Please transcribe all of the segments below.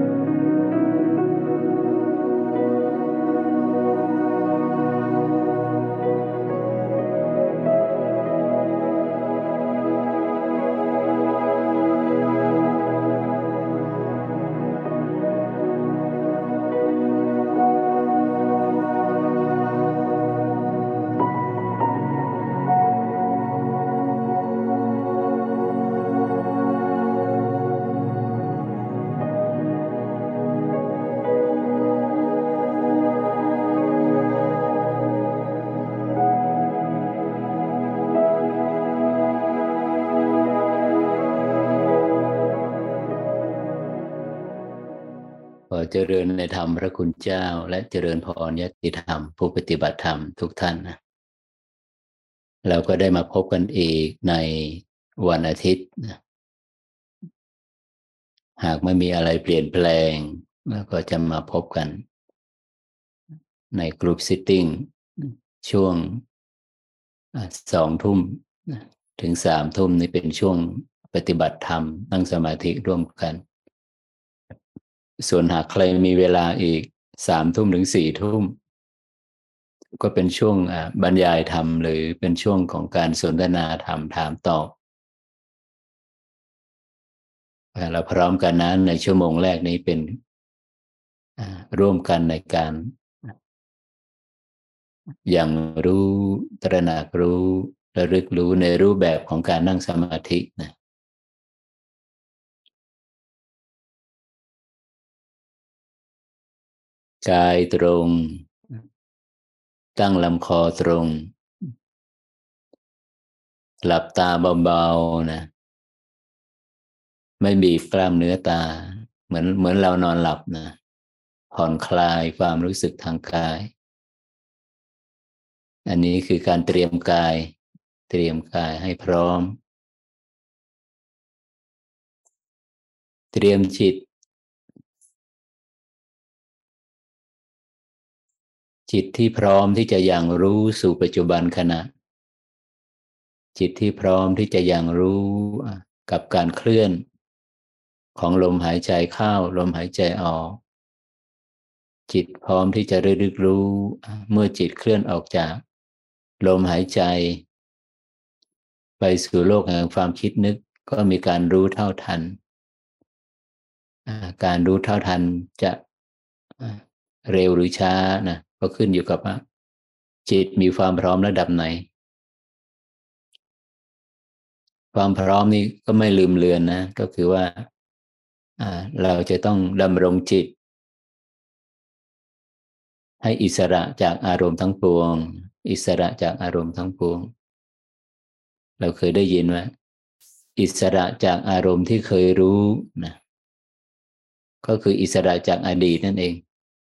ขอเจริญในธรรมพระคุณเจ้าและเจริญพรญาติธรรมผู้ปฏิบัติธรรมทุกท่านนะเราก็ได้มาพบกันอีกในวันอาทิตย์นะหากไม่มีอะไรเปลี่ยนแปลงแล้วก็จะมาพบกันในกลุ่มซิตติ้งช่วง2 ทุ่มถึง3 ทุ่มนี่เป็นช่วงปฏิบัติธรรมนั่งสมาธิร่วมกันส่วนหากใครมีเวลาอีก3 ทุ่มถึง4 ทุ่มก็เป็นช่วงบรรยายธรรมหรือเป็นช่วงของการสนทนาธรรมถามตอบเราพร้อมกันนะในชั่วโมงแรกนี้เป็นร่วมกันในการอย่างรู้ตระหนักรู้ระลึกรู้ในรูปแบบของการนั่งสมาธินะกายตรงตั้งลำคอตรงหลับตาเบาๆนะไม่บีบกล้ามเนื้อตาเหมือนเรานอนหลับนะผ่อนคลายความรู้สึกทางกายอันนี้คือการเตรียมกายให้พร้อมเตรียมจิตที่พร้อมที่จะยังรู้สู่ปัจจุบันขณะจิตที่พร้อมที่จะยังรู้กับการเคลื่อนของลมหายใจเข้าลมหายใจออกจิตพร้อมที่จะระลึกรู้เมื่อจิตเคลื่อนออกจากลมหายใจไปสู่โลกแห่งความคิดนึกก็มีการรู้เท่าทันการรู้เท่าทันจะเร็วหรือช้านะก็ขึ้นอยู่กับว่าจิตมีความพร้อมระดับไหนความพร้อมนี้ก็ไม่ลืมเลือนนะก็คือว่าเราจะต้องดำรงจิตให้อิสระจากอารมณ์ทั้งปวงอิสระจากอารมณ์ทั้งปวงเราเคยได้ยินว่าอิสระจากอารมณ์ที่เคยรู้นะก็คืออิสระจากอดีตนั่นเอง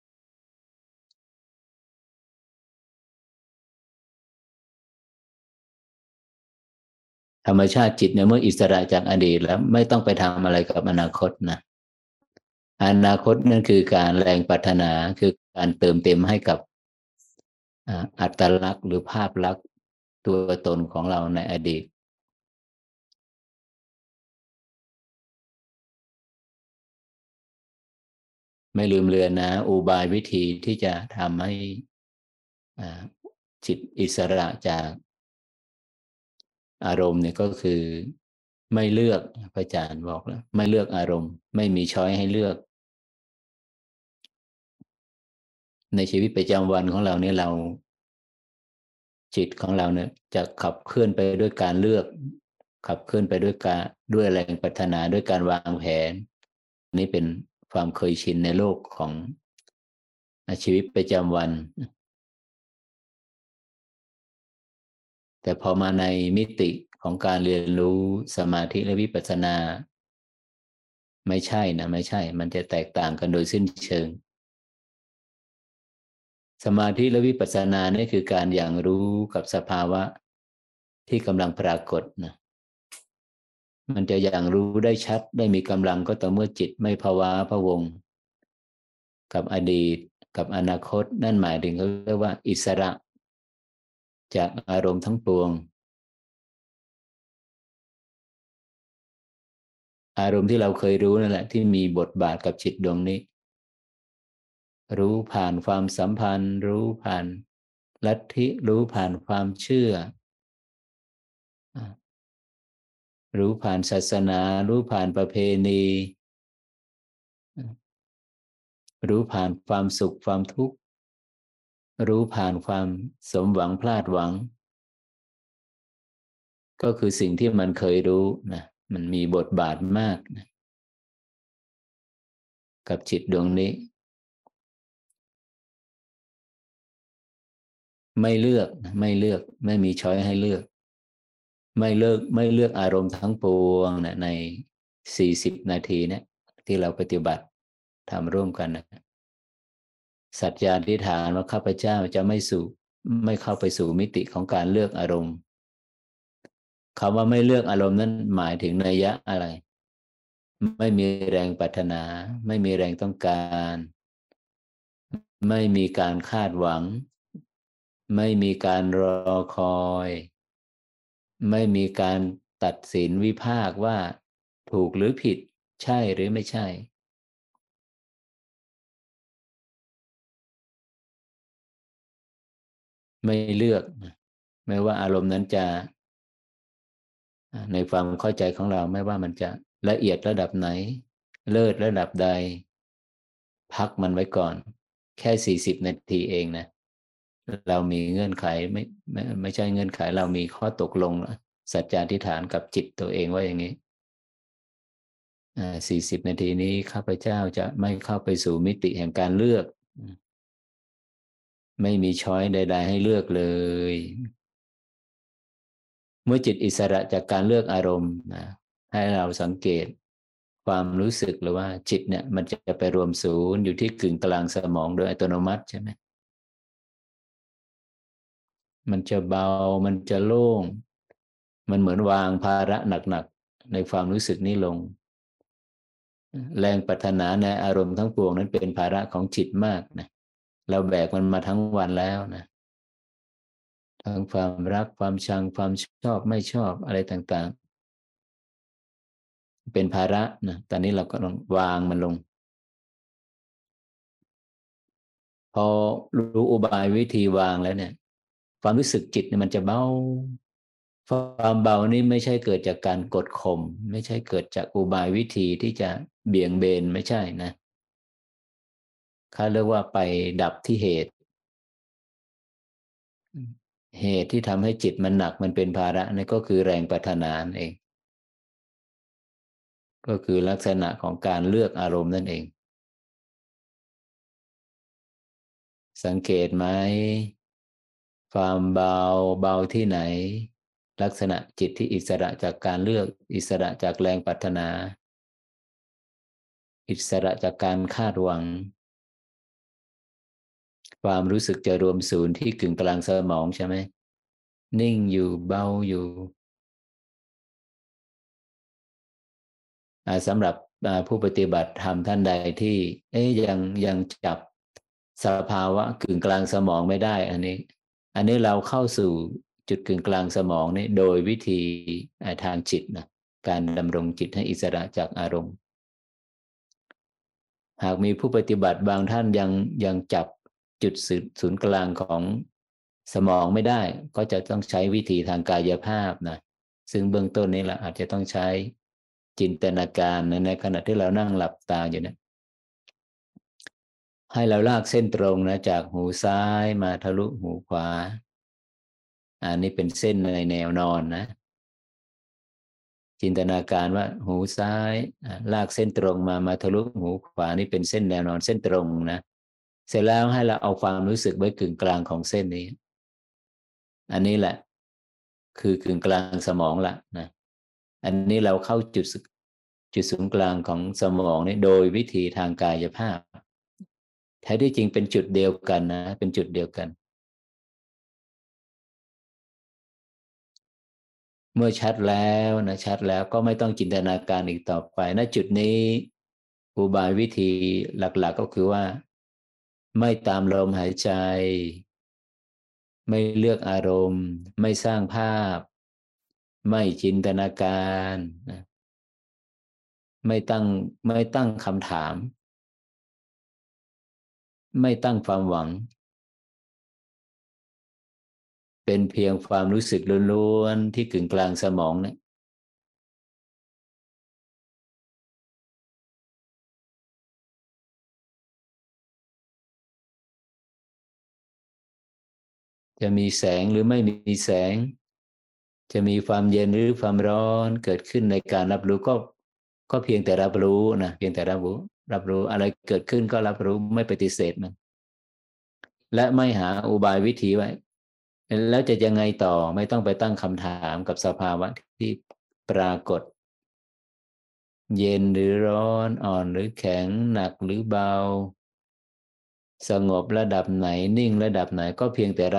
ธรรมชาติจิตเนี่ยเมื่ออิสระจากอดีตแล้วไม่ต้องไปทำอะไรกับอนาคตนะอนาคตนั่นคือการแรงปรารถนาคือการเติมเต็มให้กับอัตลักษณ์หรือภาพลักษณ์ตัวตนของเราในอดีตไม่ลืมเลือนนะอุบายวิธีที่จะทำให้จิตอิสระจากอารมณ์เนี่ยก็คือไม่เลือกพระอาจารย์บอกแล้วไม่เลือกอารมณ์ไม่มีช้อยให้เลือกในชีวิตประจำวันของเราเนี่ยเราจิตของเราเนี่ยจะขับเคลื่อนไปด้วยการเลือกขับเคลื่อนไปด้วยแรงปรารถนาด้วยการวางแผนนี่เป็นความเคยชินในโลกของชีวิตประจำวันแต่พอมาในมิติของการเรียนรู้สมาธิและวิปัสสนาไม่ใช่นะไม่ใช่มันจะแตกต่างกันโดยสิ้นเชิงสมาธิและวิปัสสนานี่คือการอย่างรู้กับสภาวะที่กำลังปรากฏนะมันจะอย่างรู้ได้ชัดได้มีกำลังก็ต่อเมื่อจิตไม่ภาวะพะวงกับอดีตกับอนาคตนั่นหมายถึงเขาเรียกว่าอิสระจากอารมณ์ทั้งปวงอารมณ์ที่เราเคยรู้นั่นแหละที่มีบทบาทกับจิตดวงนี้รู้ผ่านความสัมพันธ์รู้ผ่านลัทธิรู้ผ่านความเชื่อรู้ผ่านศาสนารู้ผ่านประเพณีรู้ผ่านความสุขความทุกข์รู้ผ่านความสมหวังพลาดหวังก็คือสิ่งที่มันเคยรู้นะมันมีบทบาทมากนะกับจิตดวงนี้ไม่เลือกไม่เลือกไม่มีช้อยให้เลือกไม่เลือกอารมณ์ทั้งปวงนะใน40 นาทีเนี่ยที่เราปฏิบัติทำร่วมกันนะสัจจาธิษฐานว่าข้าพเจ้าจะไม่เข้าไปสู่มิติของการเลือกอารมณ์คำว่าไม่เลือกอารมณ์นั้นหมายถึงนัยยะอะไรไม่มีแรงปรารถนาไม่มีแรงต้องการไม่มีการคาดหวังไม่มีการรอคอยไม่มีการตัดสินวิพากษ์ว่าถูกหรือผิดใช่หรือไม่ใช่ไม่เลือกไม่ว่าอารมณ์นั้นจะในความเข้าใจของเราไม่ว่ามันจะละเอียดระดับไหนเลิศระดับใดพักมันไว้ก่อนแค่40 นาทีเองนะเรามีเงื่อนไขไม่ใช่เงื่อนไขเรามีข้อตกลงสัจจาธิษฐานกับจิตตัวเองว่าอย่างนี้40 นาทีนี้ข้าพเจ้าจะไม่เข้าไปสู่มิติแห่งการเลือกไม่มีช้อยใดๆให้เลือกเลยเมื่อจิตอิสระจากการเลือกอารมณ์นะให้เราสังเกตความรู้สึกหรือว่าจิตเนี่ยมันจะไปรวมศูนย์อยู่ที่กึ่งกลางสมองโดยอัตโนมัติใช่ไหมมันจะเบามันจะโล่งมันเหมือนวางภาระหนักๆในความรู้สึกนี้ลงแรงปรารถนาในอารมณ์ทั้งปวงนั้นเป็นภาระของจิตมากนะเราแบกมันมาทั้งวันแล้วนะทั้งความรักความชังความชอบไม่ชอบอะไรต่างๆเป็นภาระนะตอนนี้เราก็ต้องวางมันลงพอรู้อุบายวิธีวางแล้วเนี่ยความรู้สึกจิตเนี่ยมันจะเบาความเบานี้ไม่ใช่เกิดจากการกดข่มไม่ใช่เกิดจากอุบายวิธีที่จะเบี่ยงเบนไม่ใช่นะเขาเรียกว่าไปดับที่เหตุเหตุที่ทำให้จิตมันหนักมันเป็นภาระนั่นก็คือแรงปรารถนาเองก็คือลักษณะของการเลือกอารมณ์นั่นเองสังเกตไหมความเบาที่ไหนลักษณะจิตที่อิสระจากการเลือกอิสระจากแรงปรารถนาอิสระจากการคาดหวังความรู้สึกจะรวมศูนย์ที่กึ่งกลางสมองใช่ไหมนิ่งอยู่เบาอยู่สำหรับผู้ปฏิบัติธรรมท่านใดที่ยังจับสภาวะกึ่งกลางสมองไม่ได้อันนี้เราเข้าสู่จุดกึ่งกลางสมองนี่โดยวิธีทางจิตนะการดำรงจิตให้อิสระจากอารมณ์หากมีผู้ปฏิบัติบางท่านยังจับจุดศูนย์กลางของสมองไม่ได้ก็จะต้องใช้วิธีทางกายภาพนะซึ่งเบื้องต้นนี้เราอาจจะต้องใช้จินตนาการในขณะที่เรานั่งหลับตาอยู่เนี่ยให้เราลากเส้นตรงนะจากหูซ้ายมาทะลุหูขวาอันนี้เป็นเส้นในแนวนอนนะจินตนาการว่าหูซ้ายลากเส้นตรงมาทะลุหูขวานี่เป็นเส้นแนวนอนเส้นตรงนะเสร็จแล้วให้เราเอาความรู้สึกไว้กึ่งกลางของเส้นนี้อันนี้แหละคือกึ่งกลางสมองละนะอันนี้เราเข้าจุดศูนย์กลางของสมองนี่โดยวิธีทางกายภาพแท้ที่จริงเป็นจุดเดียวกันนะเป็นจุดเดียวกันเมื่อชัดแล้วนะชัดแล้วก็ไม่ต้องจินตนาการอีกต่อไปณจุดนี้อุบายวิธีหลักๆก็คือว่าไม่ตามลมหายใจไม่เลือกอารมณ์ไม่สร้างภาพไม่จินตนาการนะไม่ตั้งคำถามไม่ตั้งความหวังเป็นเพียงความรู้สึกล้วนๆที่กึ่งกลางสมองเนี่ยจะมีแสงหรือไม่มีแสงจะมีความเย็นหรือความร้อนเกิดขึ้นในการรับรู้ก็เพียงแต่รับรู้นะเพียงแต่รับรู้อะไรเกิดขึ้นก็รับรู้ไม่ปฏิเสธมันและไม่หาอุบายวิธีไว้แล้วจะยังไงต่อไม่ต้องไปตั้งคำถามกับสภาวะที่ปรากฏเย็นหรือร้อนอ่อนหรือแข็งหนักหรือเบาสงบระดับไหนนิ่งระดับไหนก็เพียงแต่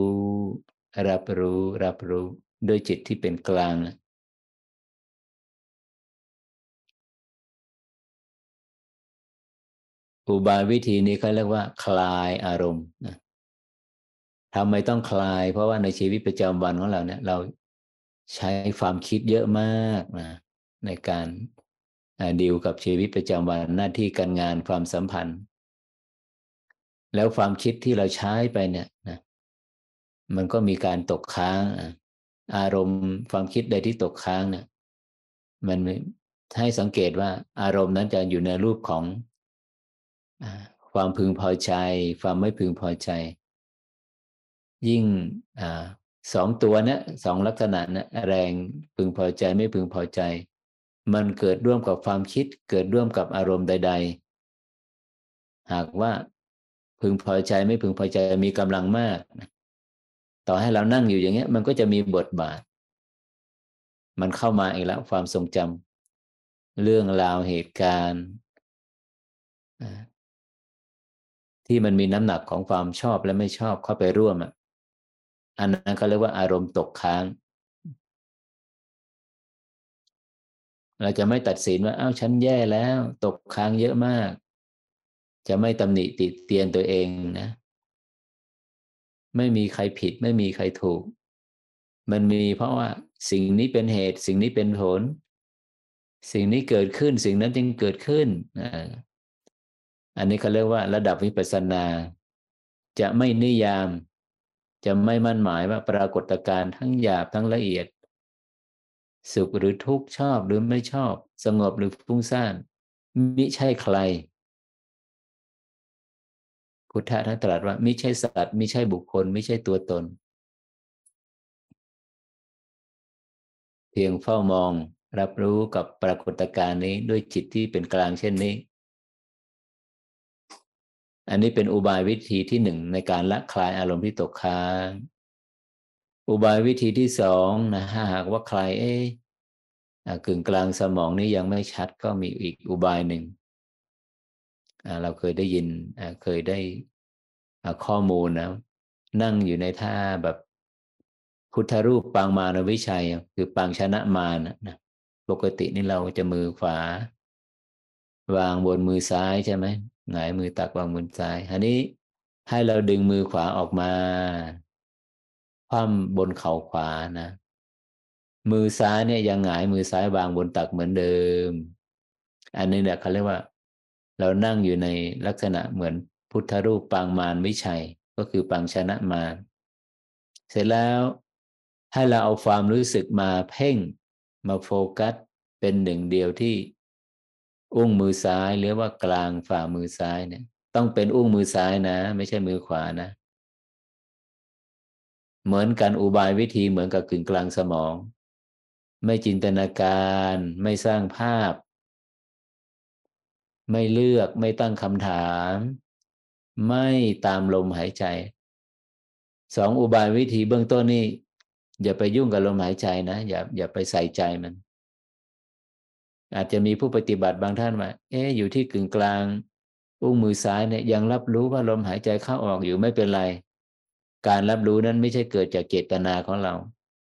รับรู้โดยจิตที่เป็นกลางอุบายวิธีนี้เขาเรียกว่าคลายอารมณ์นะทำไมต้องคลายเพราะว่าในชีวิตประจำวันของเราเนี่ยเราใช้ความคิดเยอะมากนะในการดีลกับชีวิตประจำวันหน้าที่การงานความสัมพันธ์แล้วความคิดที่เราใช้ไปเนี่ยนะมันก็มีการตกค้างอารมณ์ความคิดใดที่ตกค้างเนี่ยมันให้สังเกตว่าอารมณ์นั้นจะอยู่ในรูปของความพึงพอใจความไม่พึงพอใจยิ่งอ่าสองตัวเนี้ยสองลักษณะเนี่ยแรงพึงพอใจไม่พึงพอใจมันเกิดร่วมกับความคิดเกิดร่วมกับอารมณ์ใดๆหากว่าพึงพอใจไม่พึงพอใจมีกำลังมากต่อให้เรานั่งอยู่อย่างเงี้ยมันก็จะมีบทบาทมันเข้ามาอีกแล้วความทรงจำเรื่องราวเหตุการณ์ที่มันมีน้ำหนักของความชอบและไม่ชอบเข้าไปร่วมอันนั้นเขาเรียกว่าอารมณ์ตกค้างเราจะไม่ตัดสินว่าอ้าวฉันแย่แล้วตกค้างเยอะมากจะไม่ตำหนิติเตียนตัวเองนะไม่มีใครผิดไม่มีใครถูกมันมีเพราะว่าสิ่งนี้เป็นเหตุสิ่งนี้เป็นผลสิ่งนี้เกิดขึ้นสิ่งนั้นจึงเกิดขึ้นอันนี้เขาเรียกว่าระดับวิปัสสนาจะไม่นิยามจะไม่มั่นหมายว่าปรากฏการณ์ทั้งหยาบทั้งละเอียดสุขหรือทุกข์ชอบหรือไม่ชอบสงบหรือฟุ้งซ่านมิใช่ใครพุทธะท่านตรัสว่ามิใช่สัตว์มิใช่บุคคลไม่ใช่ตัวตนเพียงเฝ้ามองรับรู้กับปรากฏการณ์นี้ด้วยจิตที่เป็นกลางเช่นนี้อันนี้เป็นอุบายวิธีที่หนึ่งในการละคลายอารมณ์ที่ตกค้างอุบายวิธีที่สองนะถ้าหากว่าใครกึ่งกลางสมองนี้ยังไม่ชัดก็มีอีกอุบายหนึ่งเราเคยได้ยินเคยได้ข้อมูลนะนั่งอยู่ในท่าแบบพุทธรูปปางมารวิชัยคือปางชนะมารนะปกตินี่เราจะมือขวาวางบนมือซ้ายใช่ไหมหงายมือตักวางบนซ้ายอันนี้ให้เราดึงมือขวาออกมาคว่ำบนเข่าขวานะมือซ้ายเนี่ยยังหงายมือซ้ายวางบนตักเหมือนเดิมอันนี้เนี่ยเขาเรียกว่าเรานั่งอยู่ในลักษณะเหมือนพุทธรูปปางมารวิชัยก็คือปางชนะมารเสร็จแล้วให้เราเอาความรู้สึกมาเพ่งมาโฟกัสเป็นหนึ่งเดียวที่อุ้งมือซ้ายหรือว่ากลางฝ่ามือซ้ายเนี่ยต้องเป็นอุ้งมือซ้ายนะไม่ใช่มือขวานะเหมือนกันอุบายวิธีเหมือนกับกึ่งกลางสมองไม่จินตนาการไม่สร้างภาพไม่เลือกไม่ตั้งคำถามไม่ตามลมหายใจสองอุบายวิธีเบื้องต้นนี่อย่าไปยุ่งกับลมหายใจนะอย่าไปใส่ใจมันอาจจะมีผู้ปฏิบัติบางท่านว่าอยู่ที่กึ่งกลางอุ้งมือซ้ายเนี่ยยังรับรู้ว่าลมหายใจเข้าออกอยู่ไม่เป็นไรการรับรู้นั้นไม่ใช่เกิดจากเจตนาของเรา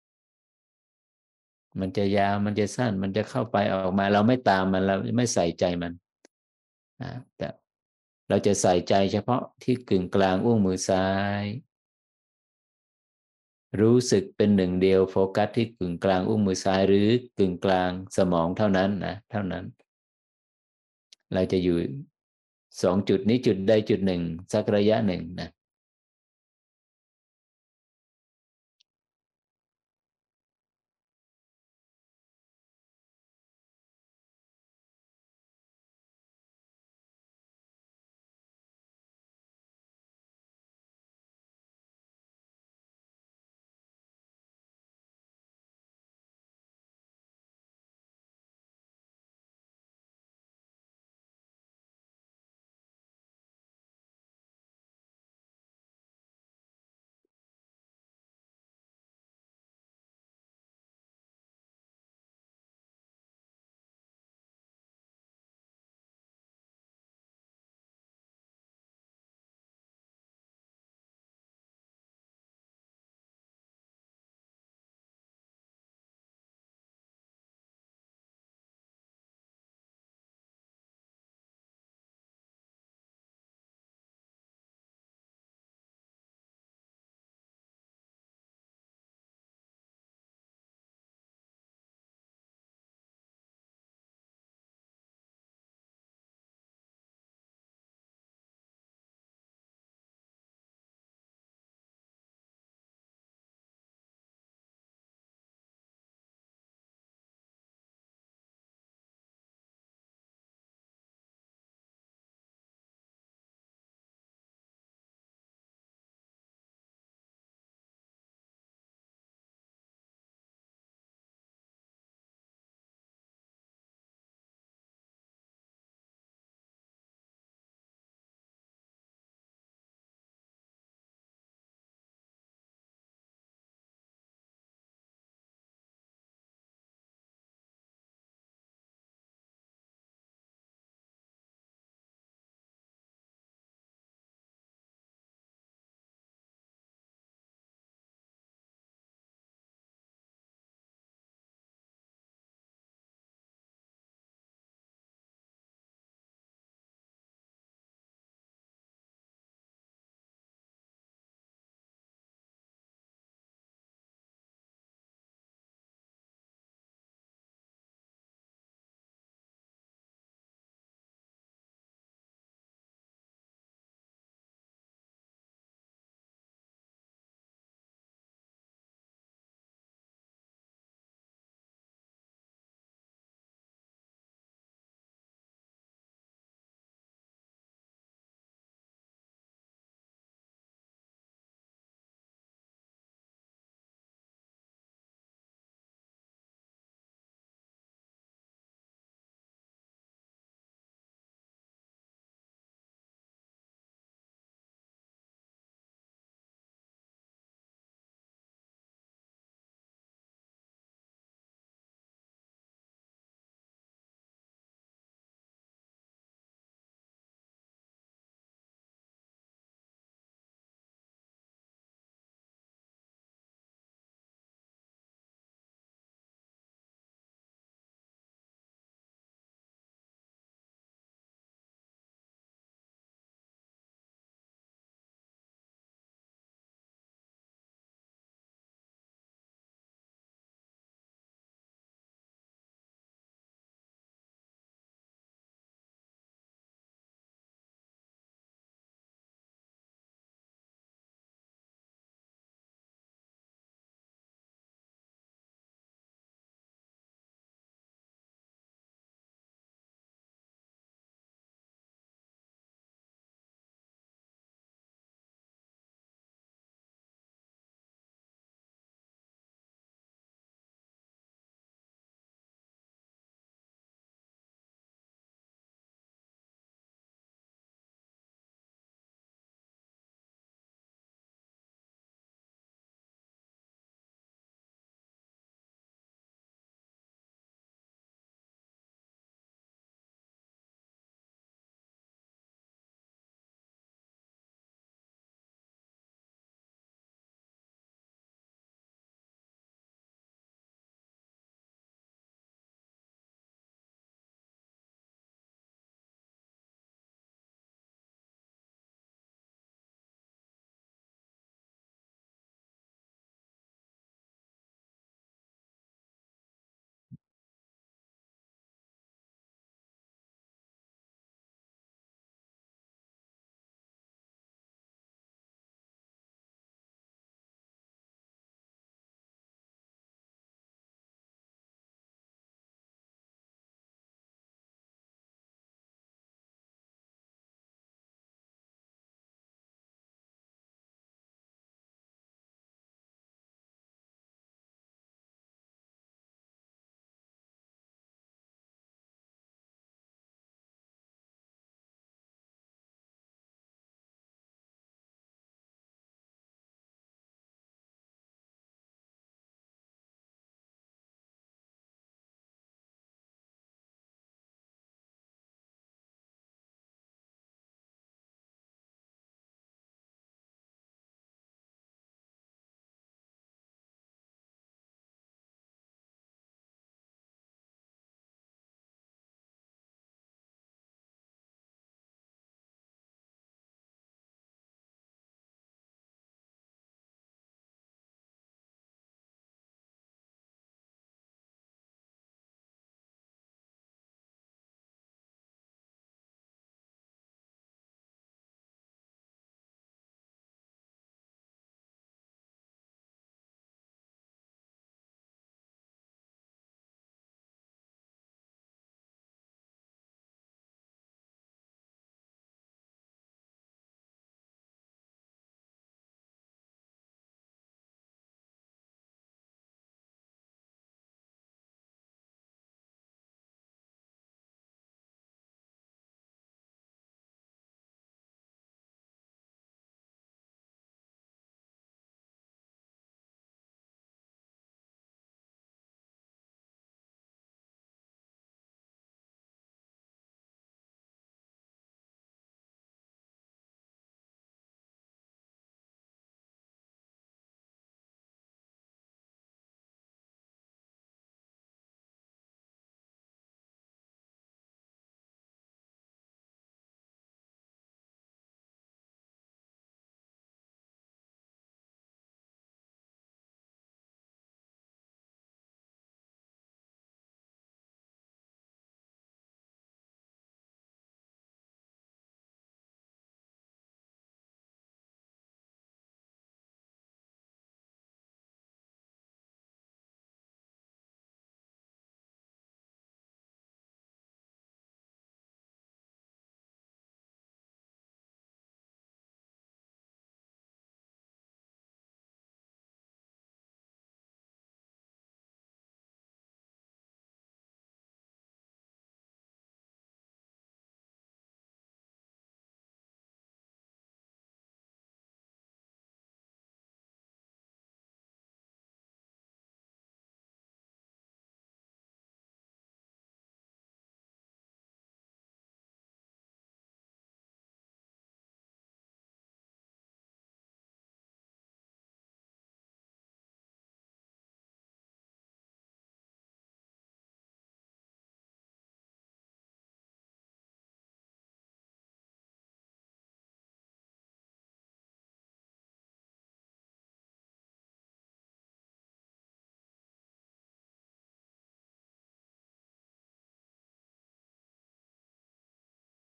มันจะยาวมันจะสั้นมันจะเข้าไปออกมาเราไม่ตามมันเราไม่ใส่ใจมันแต่เราจะใส่ใจเฉพาะที่กึ่งกลางอุ้งมือซ้ายรู้สึกเป็นหนึ่งเดียวโฟกัสที่กึ่งกลางอุ้งมือซ้ายหรือกึ่งกลางสมองเท่านั้นนะเท่านั้นเราจะอยู่สองจุดนี้จุดใดจุดหนึ่งสักระยะหนึ่งนะ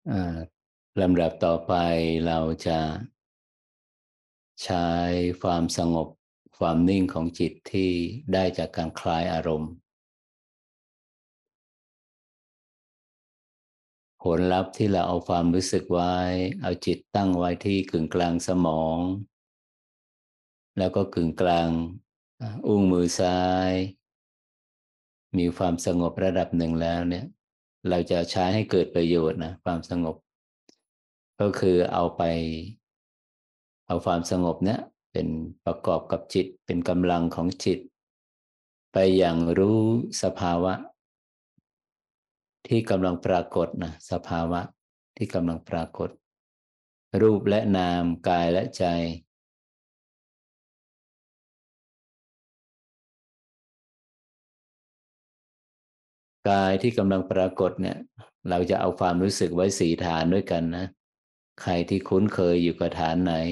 ลำดับต่อไปเราจะใช้ความสงบความนิ่งของจิตที่ได้จากการคลายอารมณ์ผลลัพธ์ที่เราเอาความรู้สึกไว้เอาจิตตั้งไว้ที่กึ่งกลางสมองแล้วก็กึ่งกลางอุ้งมือซ้ายมีความสงบระดับหนึ่งแล้วเนี่ยเราจะใช้ให้เกิดประโยชน์นะความสงบก็คือเอาความสงบเนี่ยเป็นประกอบกับจิตเป็นกำลังของจิตไปอย่างรู้สภาวะที่กำลังปรากฏนะสภาวะที่กำลังปรากฏรูปและนามกายและใจกายที่กำลังปรากฏเนี่ยเราจะเอาความรู้สึกไว้สี่ฐานด้วยกันนะใครที่คุ้นเคยอยู่กับฐานไหน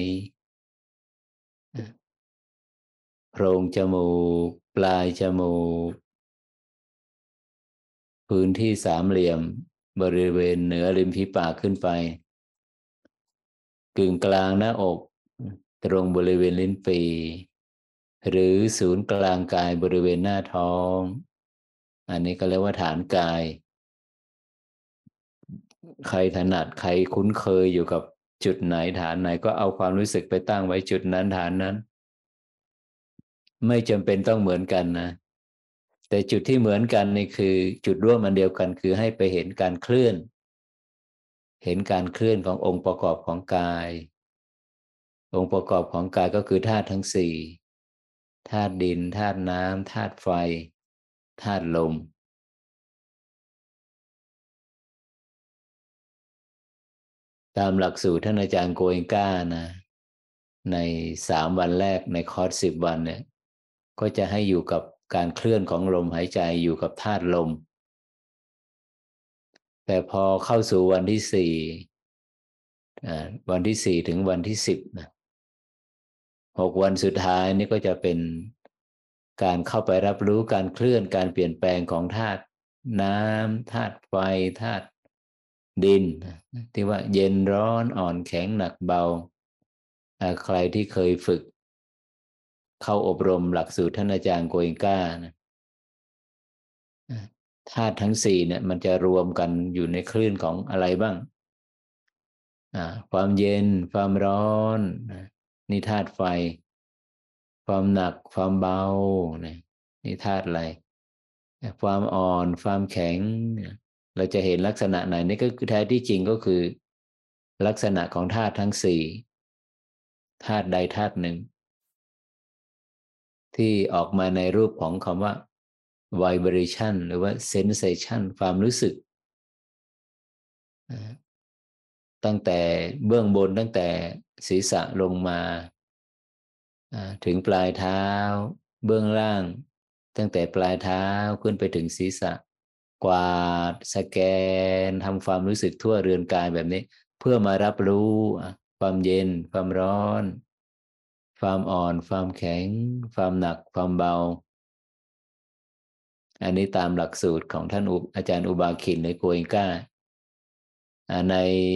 โพรงจมูกปลายจมูกพื้นที่สามเหลี่ยมบริเวณเหนือริมฝีปากขึ้นไปกึ่งกลางหน้าอกตรงบริเวณลิ้นปี่หรือศูนย์กลางกายบริเวณหน้าท้องอันนี้ก็เรียกว่าฐานกายใครถนัดใครคุ้นเคยอยู่กับจุดไหนฐานไหนก็เอาความรู้สึกไปตั้งไว้จุดนั้นฐานนั้นไม่จำเป็นต้องเหมือนกันนะแต่จุดที่เหมือนกันนี่คือจุดร่วมอันเดียวกันคือให้ไปเห็นการเคลื่อนเห็นการเคลื่อนขององค์ประกอบของกายองค์ประกอบของกายก็คือธาตุทั้งสี่ธาตุดินธาตุน้ำธาตุไฟธาตุลมตามหลักสูตรท่านอาจารย์โกเอนก้านะใน3 วันแรกในคอร์ส10 วันเนี่ยก็จะให้อยู่กับการเคลื่อนของลมหายใจอยู่กับธาตุลมแต่พอเข้าสู่วันที่สี่วันที่สี่ถึงวันที่10นะ6 วันสุดท้ายนี่ก็จะเป็นการเข้าไปรับรู้การเคลื่อนการเปลี่ยนแปลงของธาตุน้ำธาตุไฟธาตุดินที่ว่าเย็นร้อนอ่อนแข็งหนักเบาใครที่เคยฝึกเข้าอบรมหลักสูตรท่านอาจารย์โกเอนก้านะธาตุทั้งสี่เนี่ยมันจะรวมกันอยู่ในคลื่นของอะไรบ้างความเย็นความร้อนนี่ธาตุไฟความหนักความเบานี่ธาตุอะไรความอ่อนความแข็งเราจะเห็นลักษณะไหนนี่ก็คือแท้ที่จริงก็คือลักษณะของธาตุทั้งสี่ธาตุใดธาตุหนึ่งที่ออกมาในรูปของคำว่า vibration หรือว่า sensation ความรู้สึกตั้งแต่เบื้องบนตั้งแต่ศีรษะลงมาถึงปลายเท้าเบื้องล่างตั้งแต่ปลายเท้าขึ้นไปถึงศีรษะกวาดสแกนทำความรู้สึกทั่วเรือนกายแบบนี้เพื่อมารับรู้ความเย็นความร้อนความอ่อนความแข็งความหนักความเบาอันนี้ตามหลักสูตรของท่านอาจารย์อุบาคินในโกเอนกาใน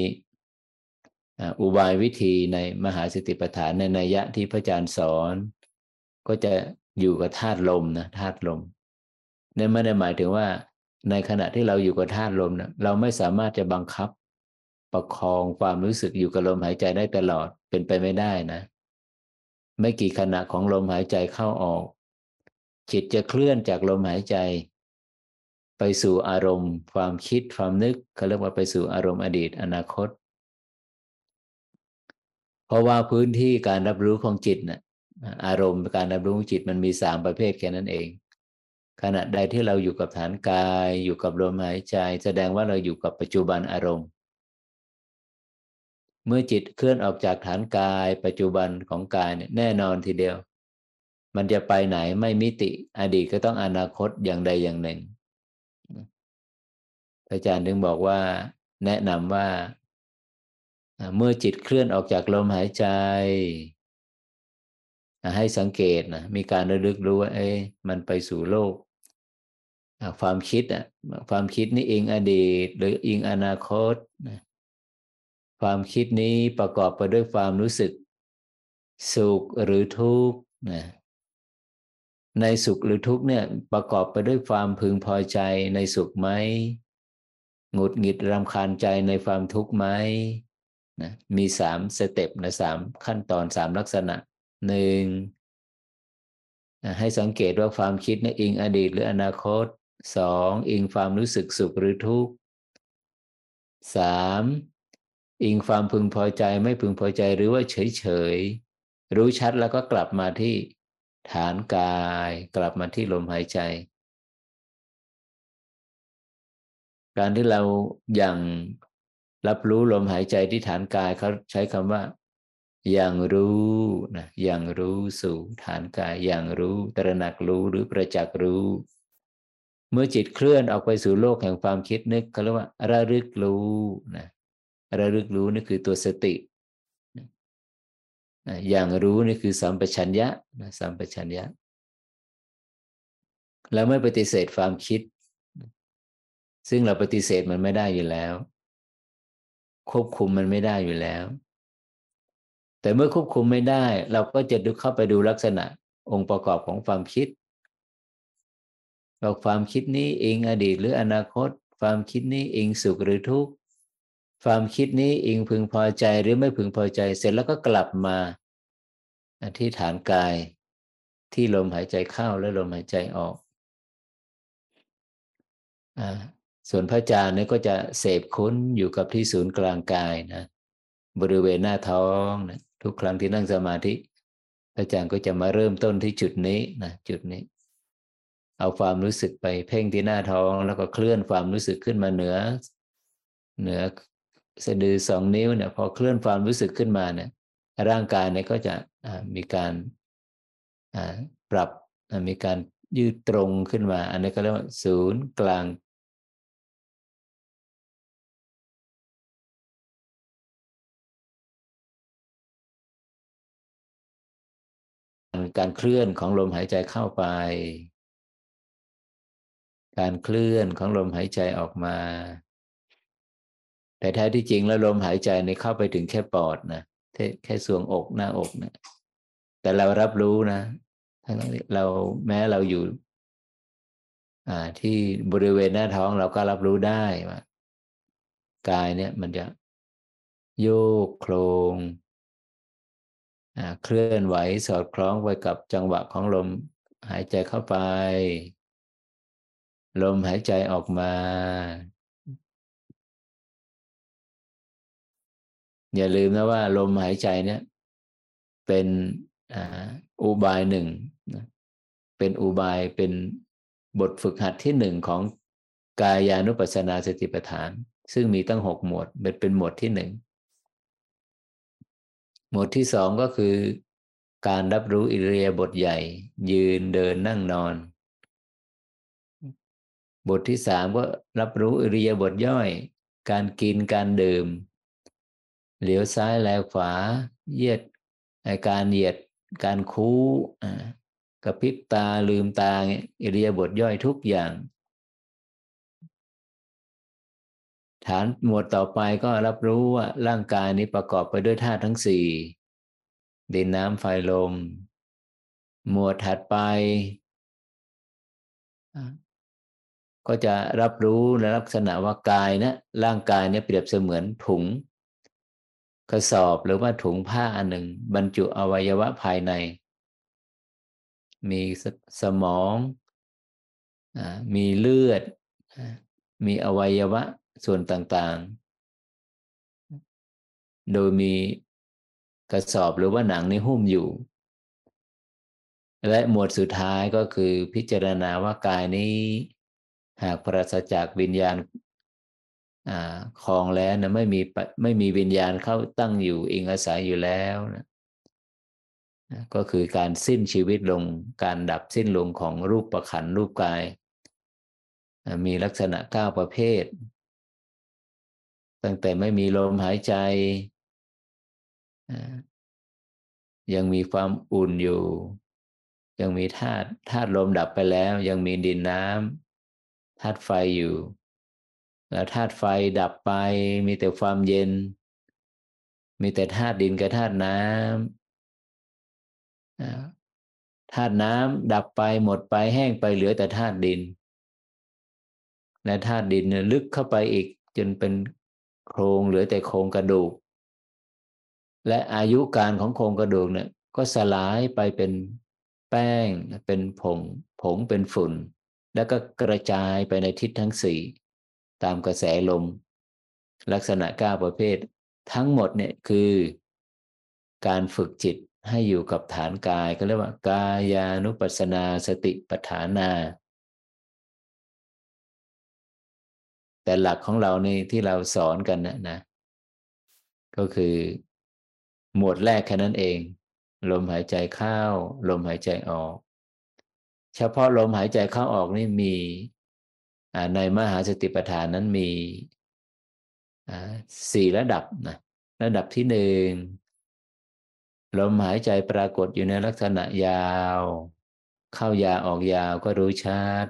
อุบายวิธีในมหาสติปัฏฐานในนัยยะที่พระอาจารย์สอนก็จะอยู่กับธาตุลมนะธาตุลมนี่ไม่ได้หมายถึงว่าในขณะที่เราอยู่กับธาตุลมนะเราไม่สามารถจะบังคับประคองความรู้สึกอยู่กับลมหายใจได้ตลอดเป็นไปไม่ได้นะไม่กี่ขณะของลมหายใจเข้าออกจิตจะเคลื่อนจากลมหายใจไปสู่อารมณ์ความคิดความนึกเขาเรียกว่าไปสู่อารมณ์อดีตอนาคตเพราะว่าพื้นที่การรับรู้ของจิตนะอารมณ์การรับรู้ของจิตมันมี3 ประเภทแค่นั้นเองขณะใดที่เราอยู่กับฐานกายอยู่กับลมหายใจแสดงว่าเราอยู่กับปัจจุบันอารมณ์เมื่อจิตเคลื่อนออกจากฐานกายปัจจุบันของกายเนี่ยแน่นอนทีเดียวมันจะไปไหนไม่มิติอดีตก็ต้องอนาคตอย่างใดอย่างหนึ่งอาจารย์ถึงบอกว่าแนะนำว่าเมื่อจิตเคลื่อนออกจากลมหายใจให้สังเกตนะมีการระลึกรู้ว่ามันไปสู่โลกความคิดความคิดนี่อิงอดีตหรืออิงอนาคตความคิดนี้ประกอบไปด้วยความรู้สึกสุขหรือทุกข์นะในสุขหรือทุกข์เนี่ยประกอบไปด้วยความพึงพอใจในสุขไหมหงุดหงิดรำคาญใจในความทุกข์ไหมนะมี3 สเต็ปนะ3 ขั้นตอน3 ลักษณะ1ให้สังเกตว่าความคิดเนี่ยอิงอดีตหรืออนาคต2อิงความรู้สึกสุขหรือทุกข์3อิงความพึงพอใจไม่พึงพอใจหรือว่าเฉยๆรู้ชัดแล้วก็กลับมาที่ฐานกายกลับมาที่ลมหายใจการที่เราอย่างรับรู้ลมหายใจที่ฐานกายเขาใช้คำว่าอย่างรู้นะอย่างรู้สู่ฐานกายอย่างรู้ตระหนักรู้หรือประจักษ์รู้เมื่อจิตเคลื่อนออกไปสู่โลกแห่งความคิดนึกเขาเรียกว่าระลึกรู้นะระลึกรู้นี่คือตัวสติอย่างรู้นี่คือสัมปชัญญะนะสัมปชัญญะแล้วไม่ปฏิเสธความคิดซึ่งเราปฏิเสธมันไม่ได้อยู่แล้วควบคุมมันไม่ได้อยู่แล้วแต่เมื่อควบคุมไม่ได้เราก็จะดูเข้าไปดูลักษณะองค์ประกอบของความคิดว่าความคิดนี้อิงอดีตหรืออนาคตความคิดนี้อิงสุขหรือทุกข์ความคิดนี้อิงพึงพอใจหรือไม่พึงพอใจเสร็จแล้วก็กลับมาที่ฐานกายที่ลมหายใจเข้าและลมหายใจออกส่วนพระอาจารย์เนี่ยก็จะเสพคุ้นอยู่กับที่ศูนย์กลางกายนะบริเวณหน้าท้องนะทุกครั้งที่นั่งสมาธิพระอาจารย์ก็จะมาเริ่มต้นที่จุดนี้นะจุดนี้เอาความรู้สึกไปเพ่งที่หน้าท้องแล้วก็เคลื่อนความรู้สึกขึ้นมาเหนือสะดือ2 นิ้วเนี่ยพอเคลื่อนความรู้สึกขึ้นมาเนี่ยร่างกายเนี่ยก็จะมีการปรับมีการยืดตรงขึ้นมาอันนี้ก็เรียกว่าศูนย์กลางการเคลื่อนของลมหายใจเข้าไปการเคลื่อนของลมหายใจออกมาแต่แท้ที่จริงแล้วลมหายใจในเข้าไปถึงแค่ปอดนะแค่ทรวงอกหน้าอกนะแต่เรารับรู้นะทั้งเราแม้เราอยู่ที่บริเวณหน้าท้องเราก็รับรู้ได้ว่ากายเนี่ยมันจะโยกโครงเคลื่อนไหวสอดคล้องไปกับจังหวะของลมหายใจเข้าไปลมหายใจออกมาอย่าลืมนะว่าลมหายใจเนี่ยเป็นอุบายหนึ่งนะเป็นอุบายเป็นบทฝึกหัดที่1ของกายานุปัสสนาสติปัฏฐานซึ่งมีตั้ง6 หมวดเป็นหมวดที่1หมวดที่2ก็คือการรับรู้อิริยาบถใหญ่ยืนเดินนั่งนอนบทที่3ก็รับรู้อิริยาบถย่อยการกินการดื่มเหลียวซ้ายแลขวาเหยียดการเหยียดการคู้กระพริบตาลืมตาอิริยาบถย่อยทุกอย่างฐานหมวดต่อไปก็รับรู้ว่าร่างกายนี้ประกอบไปด้วยธาตุทั้ง4ดินน้ำไฟลมหมวดถัดไปก็จะรับรู้ในลักษณะว่ากายนะร่างกายเนี่ยเปรียบเสมือนถุงกระสอบหรือว่าถุงผ้าอันหนึ่งบรรจุอวัยวะภายในมีสมองมีเลือดมีอวัยวะส่วนต่างๆโดยมีกระสอบหรือว่าหนังในหุ้มอยู่และหมวดสุดท้ายก็คือพิจารณาว่ากายนี้หากปราศจากวิญญาณครองแล้วนะไม่มีวิญญาณเข้าตั้งอยู่อิงอาศัยอยู่แล้วนะก็คือการสิ้นชีวิตลงการดับสิ้นลงของรูปขันธ์รูปกายมีลักษณะ9 ประเภทตั้งแต่ไม่มีลมหายใจยังมีความอุ่นอยู่ยังมีธาตุลมดับไปแล้วยังมีดินน้ำธาตุไฟอยู่แล้วธาตุไฟดับไปมีแต่ความเย็นมีแต่ธาตุดินกับธาตุน้ำธาตุน้ำดับไปหมดไปแห้งไปเหลือแต่ธาตุดินและธาตุดินเนี่ยลึกเข้าไปอีกจนเป็นโครงเหลือแต่โครงกระดูกและอายุการของโครงกระดูกเนี่ยก็สลายไปเป็นแป้งเป็นผงเป็นฝุ่นแล้วก็กระจายไปในทิศทั้งสี่ตามกระแสลมลักษณะ9ประเภททั้งหมดเนี่ยคือการฝึกจิตให้อยู่กับฐานกายก็เรียกว่ากายานุปัสสนาสติปัฏฐานาแต่หลักของเรานี่ที่เราสอนกันนะก็คือหมวดแรกแค่นั้นเองลมหายใจเข้าลมหายใจออกเฉพาะลมหายใจเข้าออกนี่มีในมหาสติปัฏฐานนั้นมีสี่ระดับนะระดับที่หนึ่งลมหายใจปรากฏอยู่ในลักษณะยาวเข้ายาวออกยาวก็รู้ชัด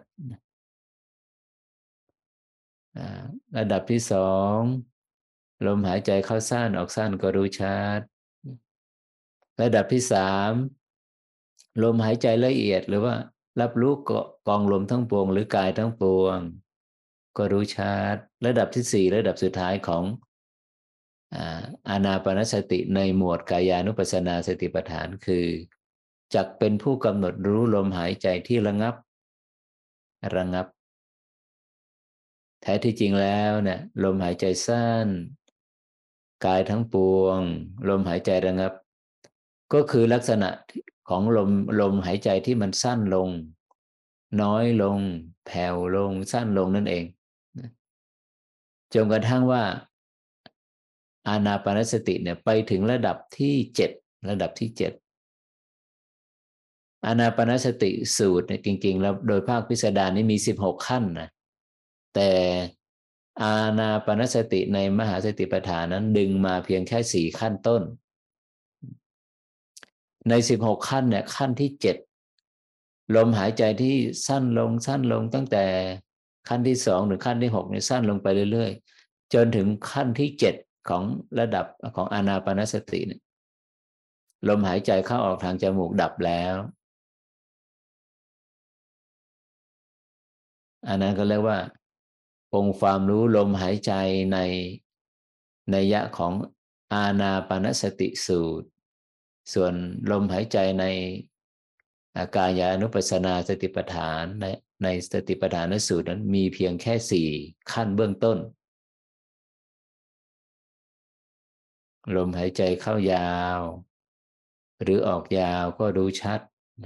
ระดับที่สองลมหายใจเข้าสั้นออกสั้นก็รู้ชัดระดับที่สามลมหายใจละเอียดหรือว่ารับรู้กองลมทั้งปวงหรือกายทั้งปวงก็รู้ชัดระดับที่สี่ระดับสุดท้ายของอานาปานสติในหมวดกายานุปัสสนาสติปัฏฐานคือจักเป็นผู้กำหนดรู้ลมหายใจที่ระงับแท้ที่จริงแล้วเนี่ยลมหายใจสั้นกายทั้งปวงลมหายใจระงับก็คือลักษณะของลมหายใจที่มันสั้นลงน้อยลงแผ่วลงสั้นลงนั่นเองจนกระทั่งว่าอานาปานสติเนี่ยไปถึงระดับที่7ระดับที่7อานาปานสติสูตรเนี่ยจริงๆแล้วโดยภาคพิสดารนี้มี16ขั้นนะแต่อานาปานสติในมหาสติปัฏฐานนั้นดึงมาเพียงแค่4ขั้นต้นใน16ขั้นเนี่ยขั้นที่7ลมหายใจที่สั้นลงตั้งแต่ขั้นที่2ถึงขั้นที่6เนี่ยสั้นลงไปเรื่อยๆจนถึงขั้นที่7ของระดับของอานาปานสติเนี่ยลมหายใจเข้าออกทางจมูกดับแล้วอันนั้นก็เรียกว่าองค์ความรู้ลมหายใจในนัยยะของอานาปานสติสูตรส่วนลมหายใจในกายานุปัสสนาสติปัฏฐานในสติปัฏฐานสูตรนั้นมีเพียงแค่4ขั้นเบื้องต้นลมหายใจเข้ายาวหรือออกยาวก็รู้ชัด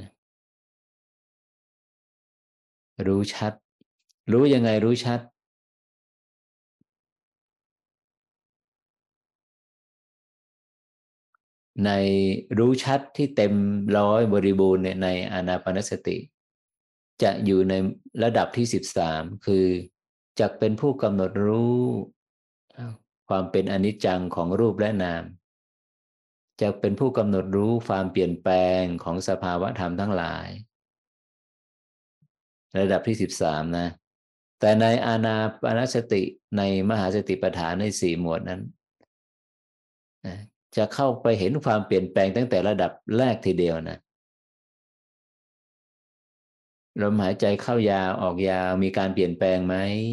รู้ชัดรู้ยังไงรู้ชัดในรู้ชัดที่เต็มร้อยบริบูรณ์เนี่ยในอานาปานสติจะอยู่ในระดับที่13คือจะเป็นผู้กำหนดรู้ความเป็นอนิจจังของรูปและนามจะเป็นผู้กำหนดรู้ความเปลี่ยนแปลงของสภาวะธรรมทั้งหลายระดับที่13นะแต่ในอานาปานสติในมหาสติปัฏฐานใน4หมวดนั้นจะเข้าไปเห็นความเปลี่ยนแปลงตั้งแต่ระดับแรกทีเดียวนะลมหายใจเข้ายาวออกยาวมีการเปลี่ยนแปลงไหม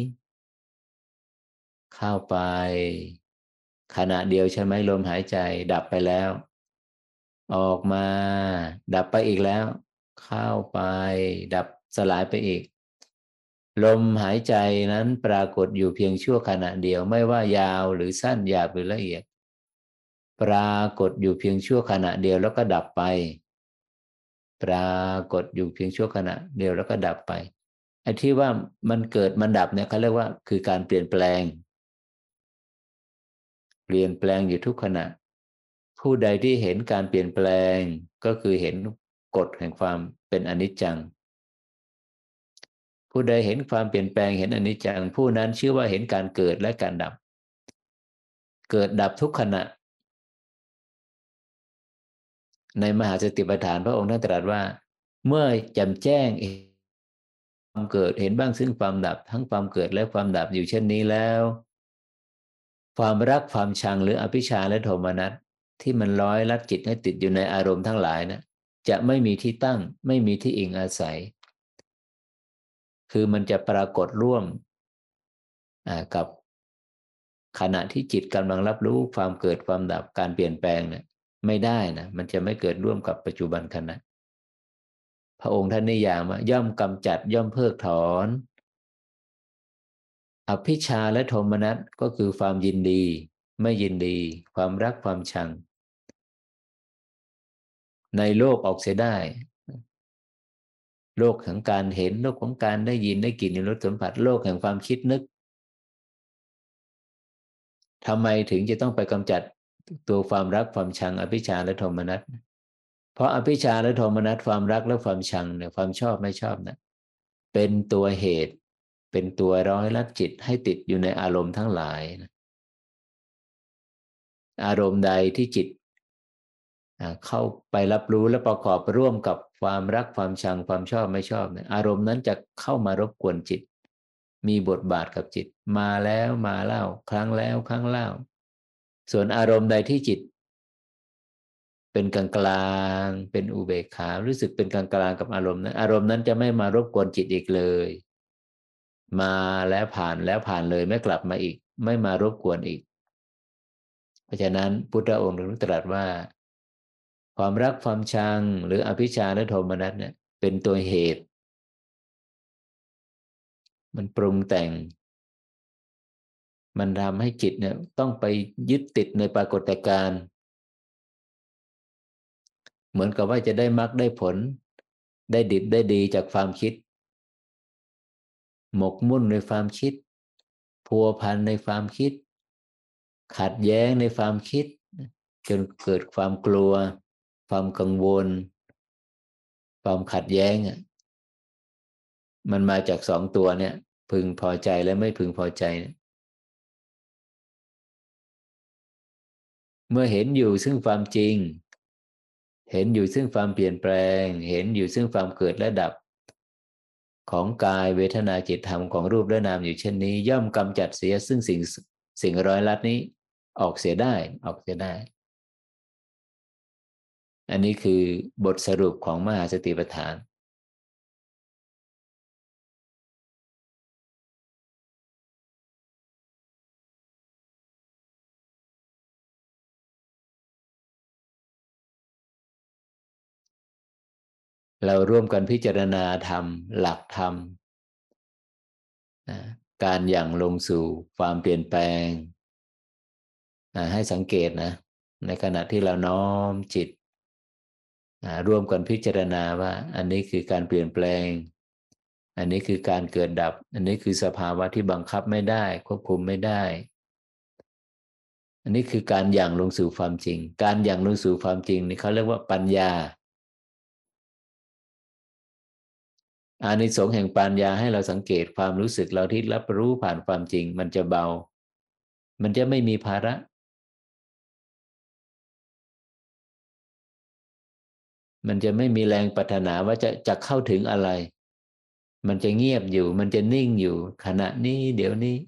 เข้าไปขณะเดียวใช่ไหมลมหายใจดับไปแล้วออกมาดับไปอีกแล้วเข้าไปดับสลายไปอีกลมหายใจนั้นปรากฏอยู่เพียงชั่วขณะเดียวไม่ว่ายาวหรือสั้นหยาบหรือละเอียดปรากฏอยู่เพียงชั่วขณะเดียวแล้วก็ดับไปปรากฏอยู่เพียงชั่วขณะเดียวแล้วก็ดับไปไอ้ที่ว่ามันเกิดมันดับเนี่ยเขาเรียกว่าคือการเปลี่ยนแปลงอยู่ทุกขณะผู้ใดที่เห็นการเปลี่ยนแปลงก็คือเห็นกฎแห่งความเป็นอนิจจังผู้ใดเห็นความเปลี่ยนแปลงเห็นอนิจจังผู้นั้นชื่อว่าเห็นการเกิดและการดับเกิดดับทุกขณะในมหาสติปัฏฐานพระองค์ท่านตรัสว่าเมื่อแจ่มแจ้งความเกิดเห็นบ้างซึ่งความดับทั้งความเกิดและความดับอยู่เช่นนี้แล้วความรักความชังหรืออภิชฌาและโทมนัสที่มันร้อยลัดจิตให้ติดอยู่ในอารมณ์ทั้งหลายนะจะไม่มีที่ตั้งไม่มีที่อิงอาศัยคือมันจะปรากฏร่วมกับขณะที่จิตกำลังรับรู้ความเกิดความดับการเปลี่ยนแปลงเนี่ยไม่ได้นะมันจะไม่เกิดร่วมกับปัจจุบันขณะพระองค์ท่านนิยามว่าย่อมกำจัดย่อมเพิกถอนอภิชฌาและโทมนัสก็คือความยินดีไม่ยินดีความรักความชังในโลกออกเสียได้โลกแห่งการเห็นโลกของการได้ยินได้กลิ่นได้รสสัมผัสโลกแห่งความคิดนึกทำไมถึงจะต้องไปกำจัดตัวความรักความชังอภิชฌาและโทมนัสเพราะอภิชฌาและโทมนัสความรักและความชังเนี่ยความชอบไม่ชอบนะเป็นตัวเหตุเป็นตัวร้อยลัดจิตให้ติดอยู่ในอารมณ์ทั้งหลายนะอารมณ์ใดที่จิตเข้าไปรับรู้และประกอบร่วมกับความรักความชังความชอบไม่ชอบเนี่ยอารมณ์นั้นจะเข้ามารบกวนจิตมีบทบาทกับจิตมาแล้วมาเล่าครั้งแล้วครั้งเล่าส่วนอารมณ์ใดที่จิตเป็นกลางกลางเป็นอุเบกขารู้สึกเป็นกลางกลางกับอารมณ์นั้นอารมณ์นั้นจะไม่มารบกวนจิตอีกเลยมาแล้วผ่านเลยไม่กลับมาอีกไม่มารบกวนอีกเพราะฉะนั้นพุทธองค์ตรัสว่าความรักความชังหรืออภิชฌาและโทมนัสเนี่ยเป็นตัวเหตุมันปรุงแต่งมันทำให้จิตเนี่ยต้องไปยึดติดในปรากฏการณ์เหมือนกับว่าจะได้มรรคได้ผลได้ดิบได้ดีจากความคิดหมกมุ่นในความคิดพัวพันในความคิดขัดแย้งในความคิดจนเกิดความกลัวความกังวลความขัดแย้งมันมาจากสองตัวเนี่ยพึงพอใจและไม่พึงพอใจเมื่อเห็นอยู่ซึ่งความจริงเห็นอยู่ซึ่งความเปลี่ยนแปลงเห็นอยู่ซึ่งความเกิดและดับของกายเวทนาจิตธรรมของรูปและนามอยู่เช่นนี้ย่อมกำจัดเสียซึ่งสิ่งร้อยลัดนี้ออกเสียได้ออกเสียได้อันนี้คือบทสรุปของมหาสติปัฏฐานเราร่วมกันพิจารณาธรรมหลักธรรมนะการอย่างลงสู่ความเปลี่ยนแปลงให้สังเกตนะในขณะที่เราน้อมจิตร่วมกันพิจารณาว่าอันนี้คือการเปลี่ยนแปลงอันนี้คือการเกิดดับอันนี้คือสภาวะที่บังคับไม่ได้ควบคุมไม่ได้อันนี้คือการอย่างลงสู่ความจริงการอย่างลงสู่ความจริงนี่เขาเรียกว่าปัญญาอานิสงส์แห่งปัญญาให้เราสังเกตความรู้สึกเราที่รับรู้ผ่านความจริงมันจะเบามันจะไม่มีภาระมันจะไม่มีแรงปรารถนาว่าจะเข้าถึงอะไรมันจะเงียบอยู่มันจะนิ่งอยู่ขณะนี้เดี๋ยวนี้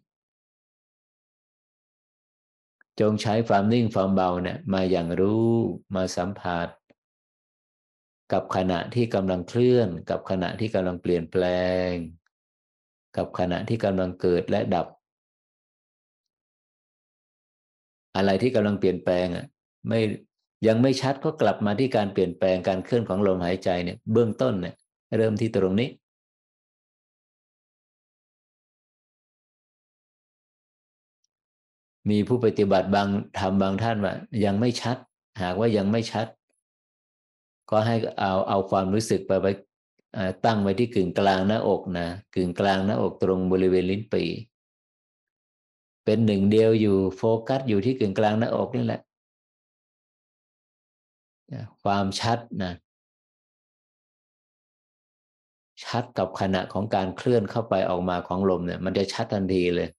จงใช้ความนิ่งความเบาเนี่ยมาอย่างรู้มาสัมผัสกับขณะที่กำลังเคลื่อนกับขณะที่กำลังเปลี่ยนแปลงกับขณะที่กำลังเกิดและดับอะไรที่กำลังเปลี่ยนแปลงไม่ยังไม่ชัดก็กลับมาที่การเปลี่ยนแปลงการเคลื่อนของลมหายใจเนี่ยเบื้องต้นเนี่ยเริ่มที่ตรงนี้มีผู้ปฏิบัติบางทำบางท่านว่ายังไม่ชัดหากว่ายังไม่ชัดก็ให้เอาความรู้สึกไปตั้งไว้ที่กึ่งกลางหน้าอกนะกึ่งกลางหน้าอกตรงบริเวณลิ้นปี่เป็นหนึ่งเดียวอยู่โฟกัสอยู่ที่กึ่งกลางหน้าอกนี่แหละความชัดนะชัดกับขณะของการเคลื่อนเข้าไปออกมาของลมเนี่ยมันจะชัดทันทีเลย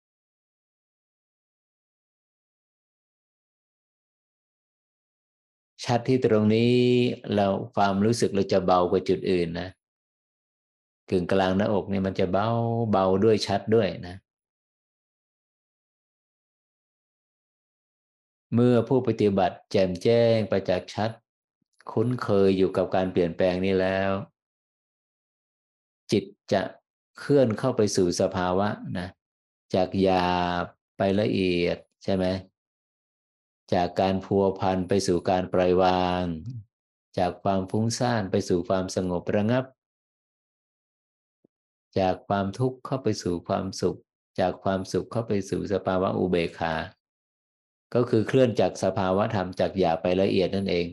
ชัดที่ตรงนี้เราความรู้สึกเราจะเบากว่าจุดอื่นนะกึ่งกลางหน้าอกเนี่ยมันจะเบาด้วยชัดด้วยนะเมื่อผู้ปฏิบัติแจ่มแจ้งประจักษ์ชัดคุ้นเคยอยู่กับการเปลี่ยนแปลงนี้แล้วจิตจะเคลื่อนเข้าไปสู่สภาวะนะจากหยาบไปละเอียดใช่ไหมจากการพัวพันไปสู่การปล่อยวางจากความฟุ้งซ่านไปสู่ความสงบระงับจากความทุกข์เข้าไปสู่ความสุขจากความสุขเข้าไปสู่สภาวะอุเบกขาก็คือเคลื่อนจากสภาวะธรรมจากหยาบไปละเอียดนั่นเอง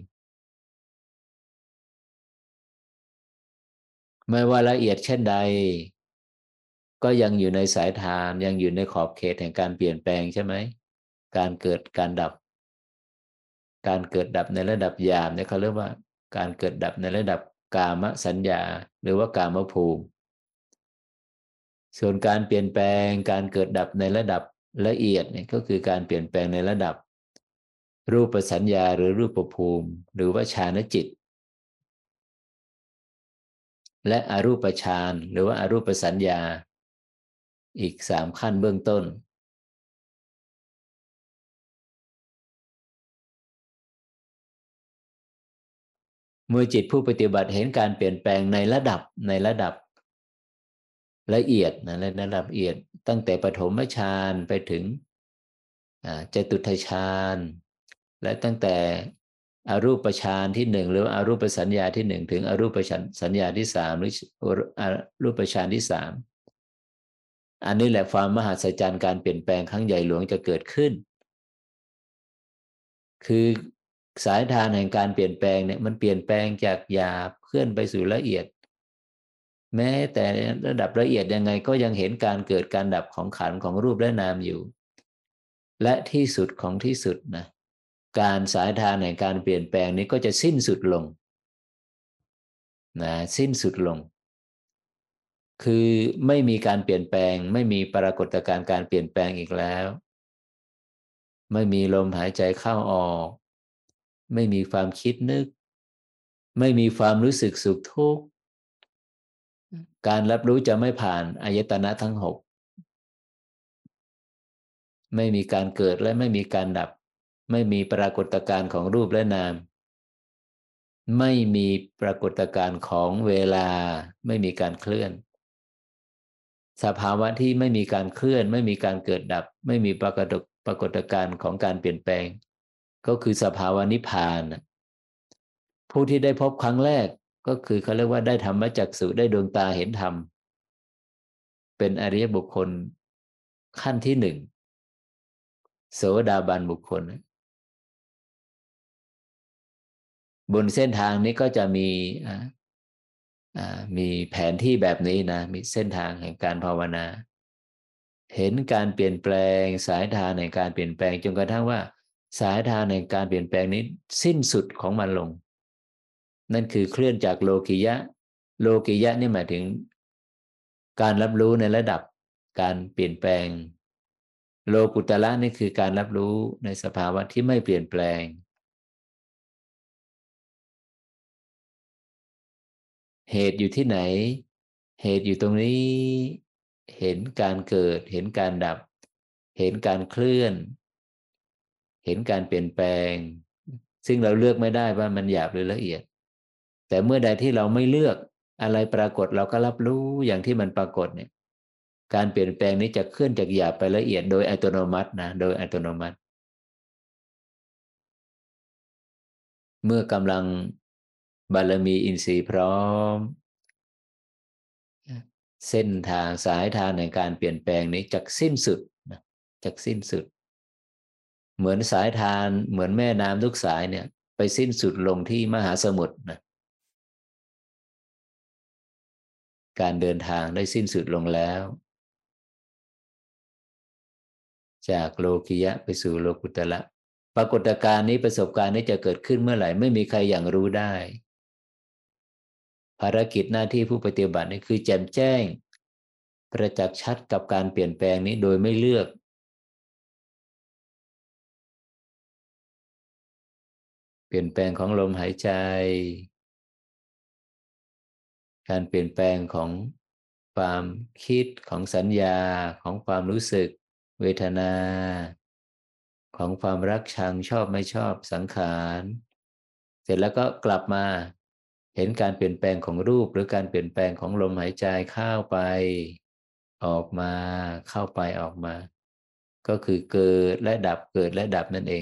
ไม่ว่าละเอียดเช่นใดก็ยังอยู่ในสายทานยังอยู่ในขอบเขตแห่งการเปลี่ยนแปลงใช่ไหมการเกิดการดับการเกิดดับในระดับหยาบเนี่ยเขาเรียกว่าการเกิดดับในระดับกามสัญญาหรือว่ากามภูมิส่วนการเปลี่ยนแปลงการเกิดดับในระดับละเอียดเนี่ยก็คือการเปลี่ยนแปลงในระดับรูปสัญญาหรือรูปภูมิหรือว่าฌานจิตและอรูปฌานหรือว่าอรูปสัญญาอีก3 ขั้นเบื้องต้นเมื่อจิตผู้ปฏิบัติเห็นการเปลี่ยนแปลงในระดับละเอียดนะในระดับละเอียดตั้งแต่ปฐมฌานไปถึงจตุตฌานและตั้งแต่อรูปฌานที่1หรืออรูปสัญญาที่1ถึงอรูปสัญญาที่3หรืออรูปฌานที่3อันนี้แหละความมหัศจรรย์การเปลี่ยนแปลงครั้งใหญ่หลวงจะเกิดขึ้นคือสายทานแห่งการเปลี่ยนแปลงเนี่ยมันเปลี่ยนแปลงจากหยาบเคลื่อนไปสู่ละเอียดแม้แต่ระดับละเอียดยังไงก็ยังเห็นการเกิดการดับของขันธ์ของรูปและนามอยู่และที่สุดของที่สุดนะการสายทานแห่งการเปลี่ยนแปลงนี้ก็จะสิ้นสุดลงนะสิ้นสุดลงคือไม่มีการเปลี่ยนแปลงไม่มีปรากฏการณ์การเปลี่ยนแปลงอีกแล้วไม่มีลมหายใจเข้าออกไม่มีความคิดนึกไม่มีความรู้สึกสุขทุกข์การรับรู้จะไม่ผ่านอายตนะทั้ง6ไม่มีการเกิดและไม่มีการดับไม่มีปรากฏการณ์ของรูปและนามไม่มีปรากฏการณ์ของเวลาไม่มีการเคลื่อนสภาวะที่ไม่มีการเคลื่อนไม่มีการเกิดดับไม่มีปรากฏการณ์ของการเปลี่ยนแปลงก็คือสภาวะนิพพานผู้ที่ได้พบครั้งแรกก็คือเขาเรียกว่าได้ธรรมจักษุได้ดวงตาเห็นธรรมเป็นอริยบุคคลขั้นที่1โสดาบันบุคคลบนเส้นทางนี้ก็จะมีแผนที่แบบนี้นะมีเส้นทางแห่งการภาวนาเห็นการเปลี่ยนแปลงสายทางในการเปลี่ยนแปลงจนกระทั่งว่าสายทางในการเปลี่ยนแปลงนี้สิ้นสุดของมันลงนั่นคือเคลื่อนจากโลกิยะโลกิยะนี่หมายถึงการรับรู้ในระดับการเปลี่ยนแปลงโลกุตละนี่คือการรับรู้ในสภาวะที่ไม่เปลี่ยนแปลงเหตุอยู่ที่ไหนเหตุอยู่ตรงนี้เห็นการเกิดเห็นการดับเห็นการเคลื่อนเห็นการเปลี่ยนแปลงซึ่งเราเลือกไม่ได้ว่ามันหยาบหรือละเอียดแต่เมื่อใดที่เราไม่เลือกอะไรปรากฏเราก็รับรู้อย่างที่มันปรากฏเนี่ยการเปลี่ยนแปลงนี้จะเคลื่อนจากหยาบไปละเอียดโดยอัตโนมัตินะโดยอัตโนมัติ เมื่อกำลังบารมีอินทรีย์พร้อมเส้นทางสายทางในการเปลี่ยนแปลงนี้จะสิ้นสุดนะจะสิ้นสุดเหมือนสายทานเหมือนแม่น้ำทุกสายเนี่ยไปสิ้นสุดลงที่มหาสมุทรนะการเดินทางได้สิ้นสุดลงแล้วจากโลกิยะไปสู่โลกุตละปรากฏการณ์นี้ประสบการณ์นี้จะเกิดขึ้นเมื่อไหร่ไม่มีใครอย่างรู้ได้ภารกิจหน้าที่ผู้ปฏิบัตินี่คือแจ่มแจ้งประจักษ์ชัดกับการเปลี่ยนแปลงนี้โดยไม่เลือกเปลี่ยนแปลงของลมหายใจการเปลี่ยนแปลงของความคิดของสัญญาของความรู้สึกเวทนาของความรักชังชอบไม่ชอบสังขารเสร็จแล้วก็กลับมาเห็นการเปลี่ยนแปลงของรูปหรือการเปลี่ยนแปลงของลมหายใจเข้าไปออกมาเข้าไปออกมาก็คือเกิดและดับเกิดและดับนั่นเอง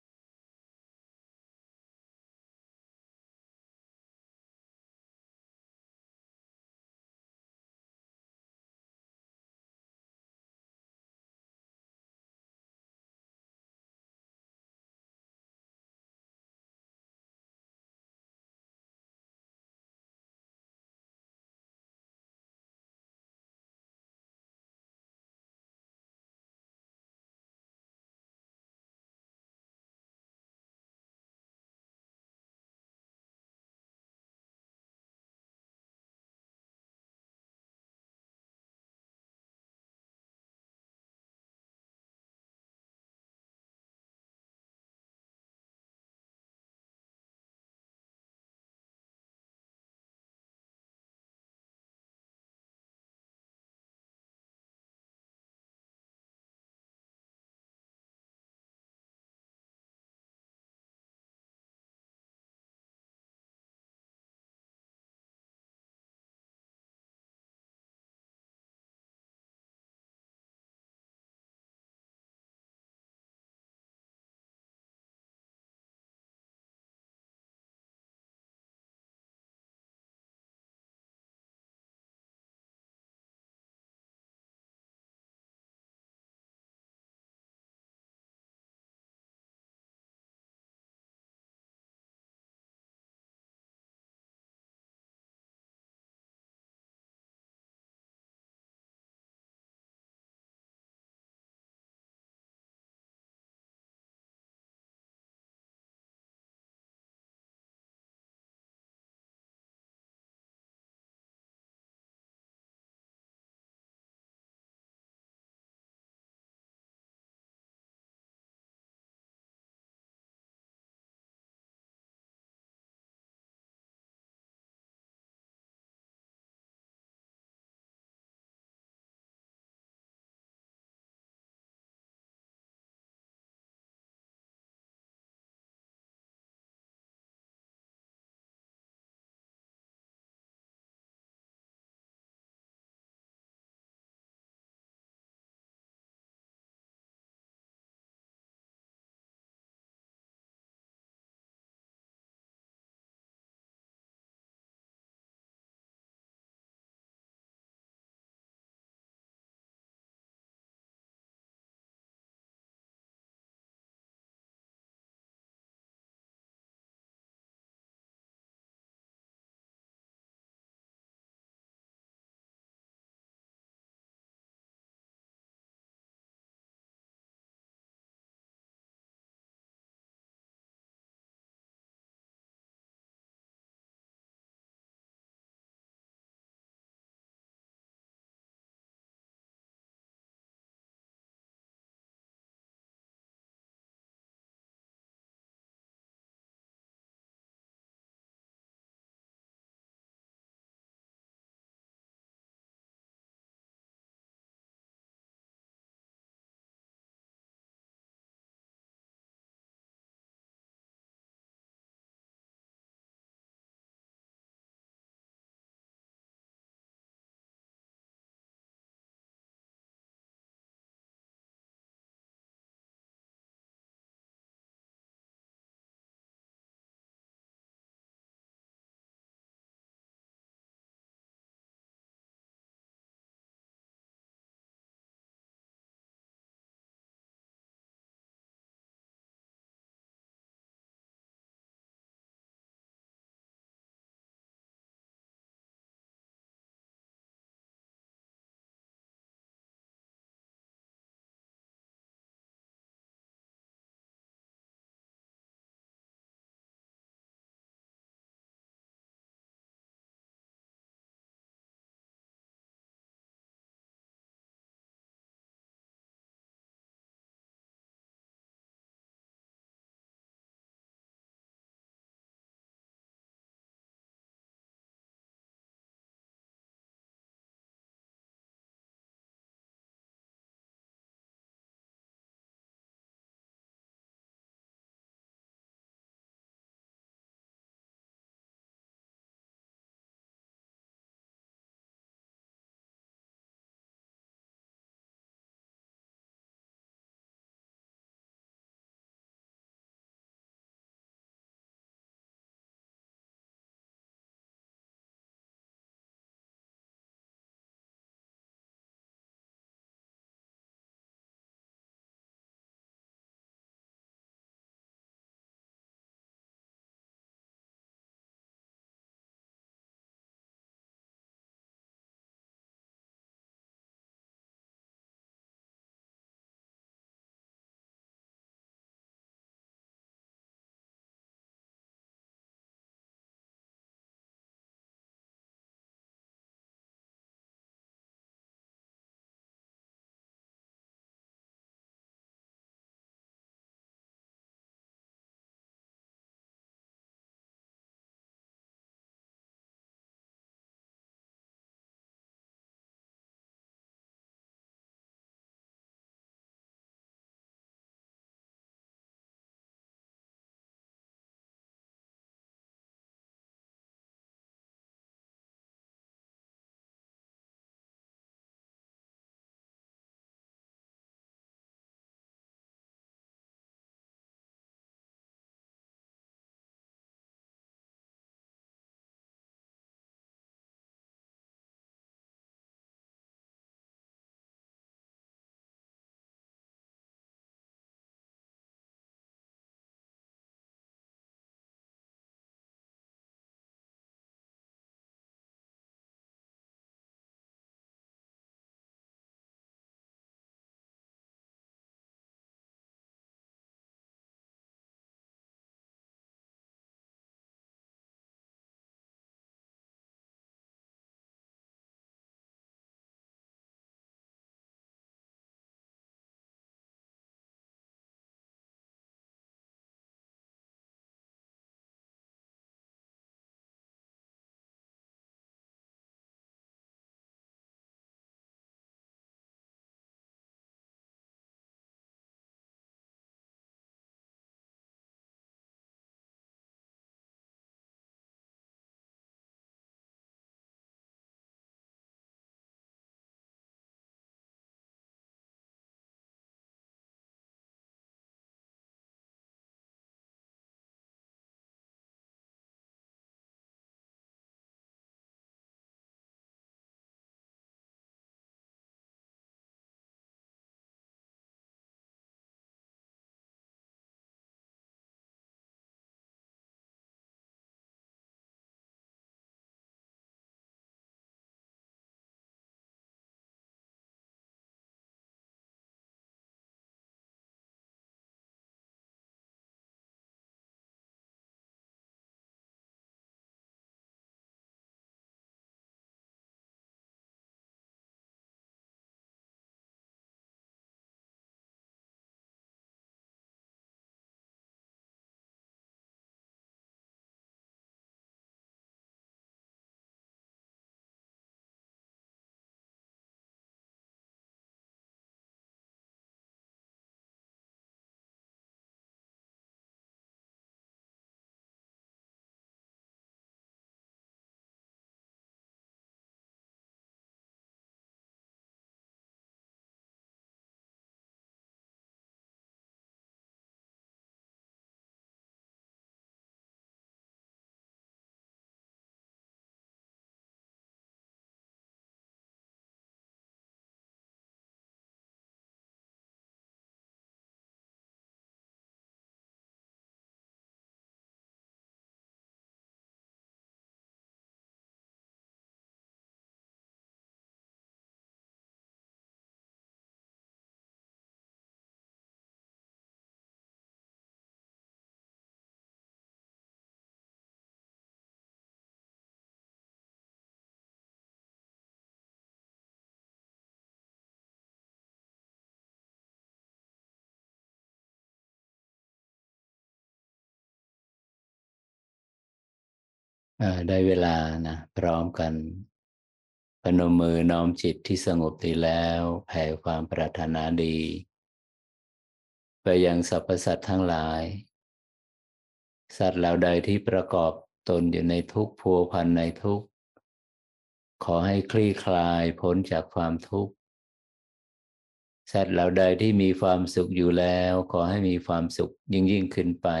ได้เวลานะพร้อมกันพนมมือน้อมจิตที่สงบดีแล้วแผ่ความปรารถนาดีไปยังสรรพสัตว์ทั้งหลายสัตว์เหล่าใดที่ประกอบตนอยู่ในทุกข์พัวพันในทุกข์ขอให้คลี่คลายพ้นจากความทุกข์สัตว์เหล่าใดที่มีความสุขอยู่แล้วขอให้มีความสุขยิ่งขึ้นไป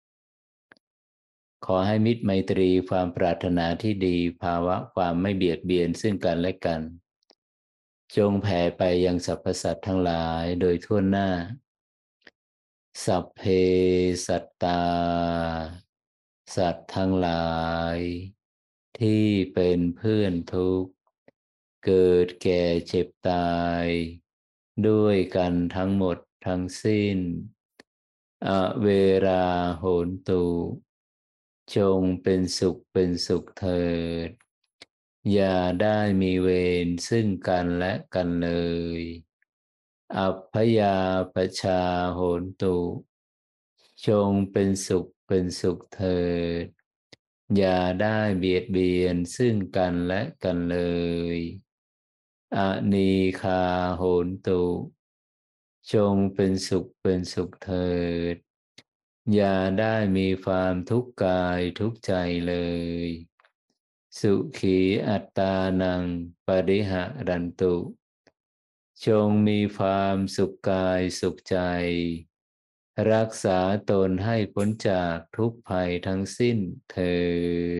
ขอให้มิตรไมตรีความปรารถนาที่ดีภาวะความไม่เบียดเบียนซึ่งกันและกันจงแผ่ไปยังสรรพสัตว์ทั้งหลายโดยทั่วหน้าสัพเพสัตตาสัตว์ทั้งหลายที่เป็นเพื่อนทุกข์เกิดแก่เจ็บตายด้วยกันทั้งหมดทั้งสิ้นอเวราโหนตุจงเป็นสุขเป็นสุขเถิดอย่าได้มีเวรซึ่งกันและกันเลยอัพพยาปชาโหนตุจงเป็นสุขเป็นสุขเถิดอย่าได้เบียดเบียนซึ่งกันและกันเลยอนีคาโหนตุจงเป็นสุขเป็นสุขเถิดอย่าได้มีความทุกข์กายทุกข์ใจเลยสุขีอัตตานังปริหะรันตุจงมีความสุขกายสุขใจรักษาตนให้พ้นจากทุกภัยทั้งสิ้นเถิด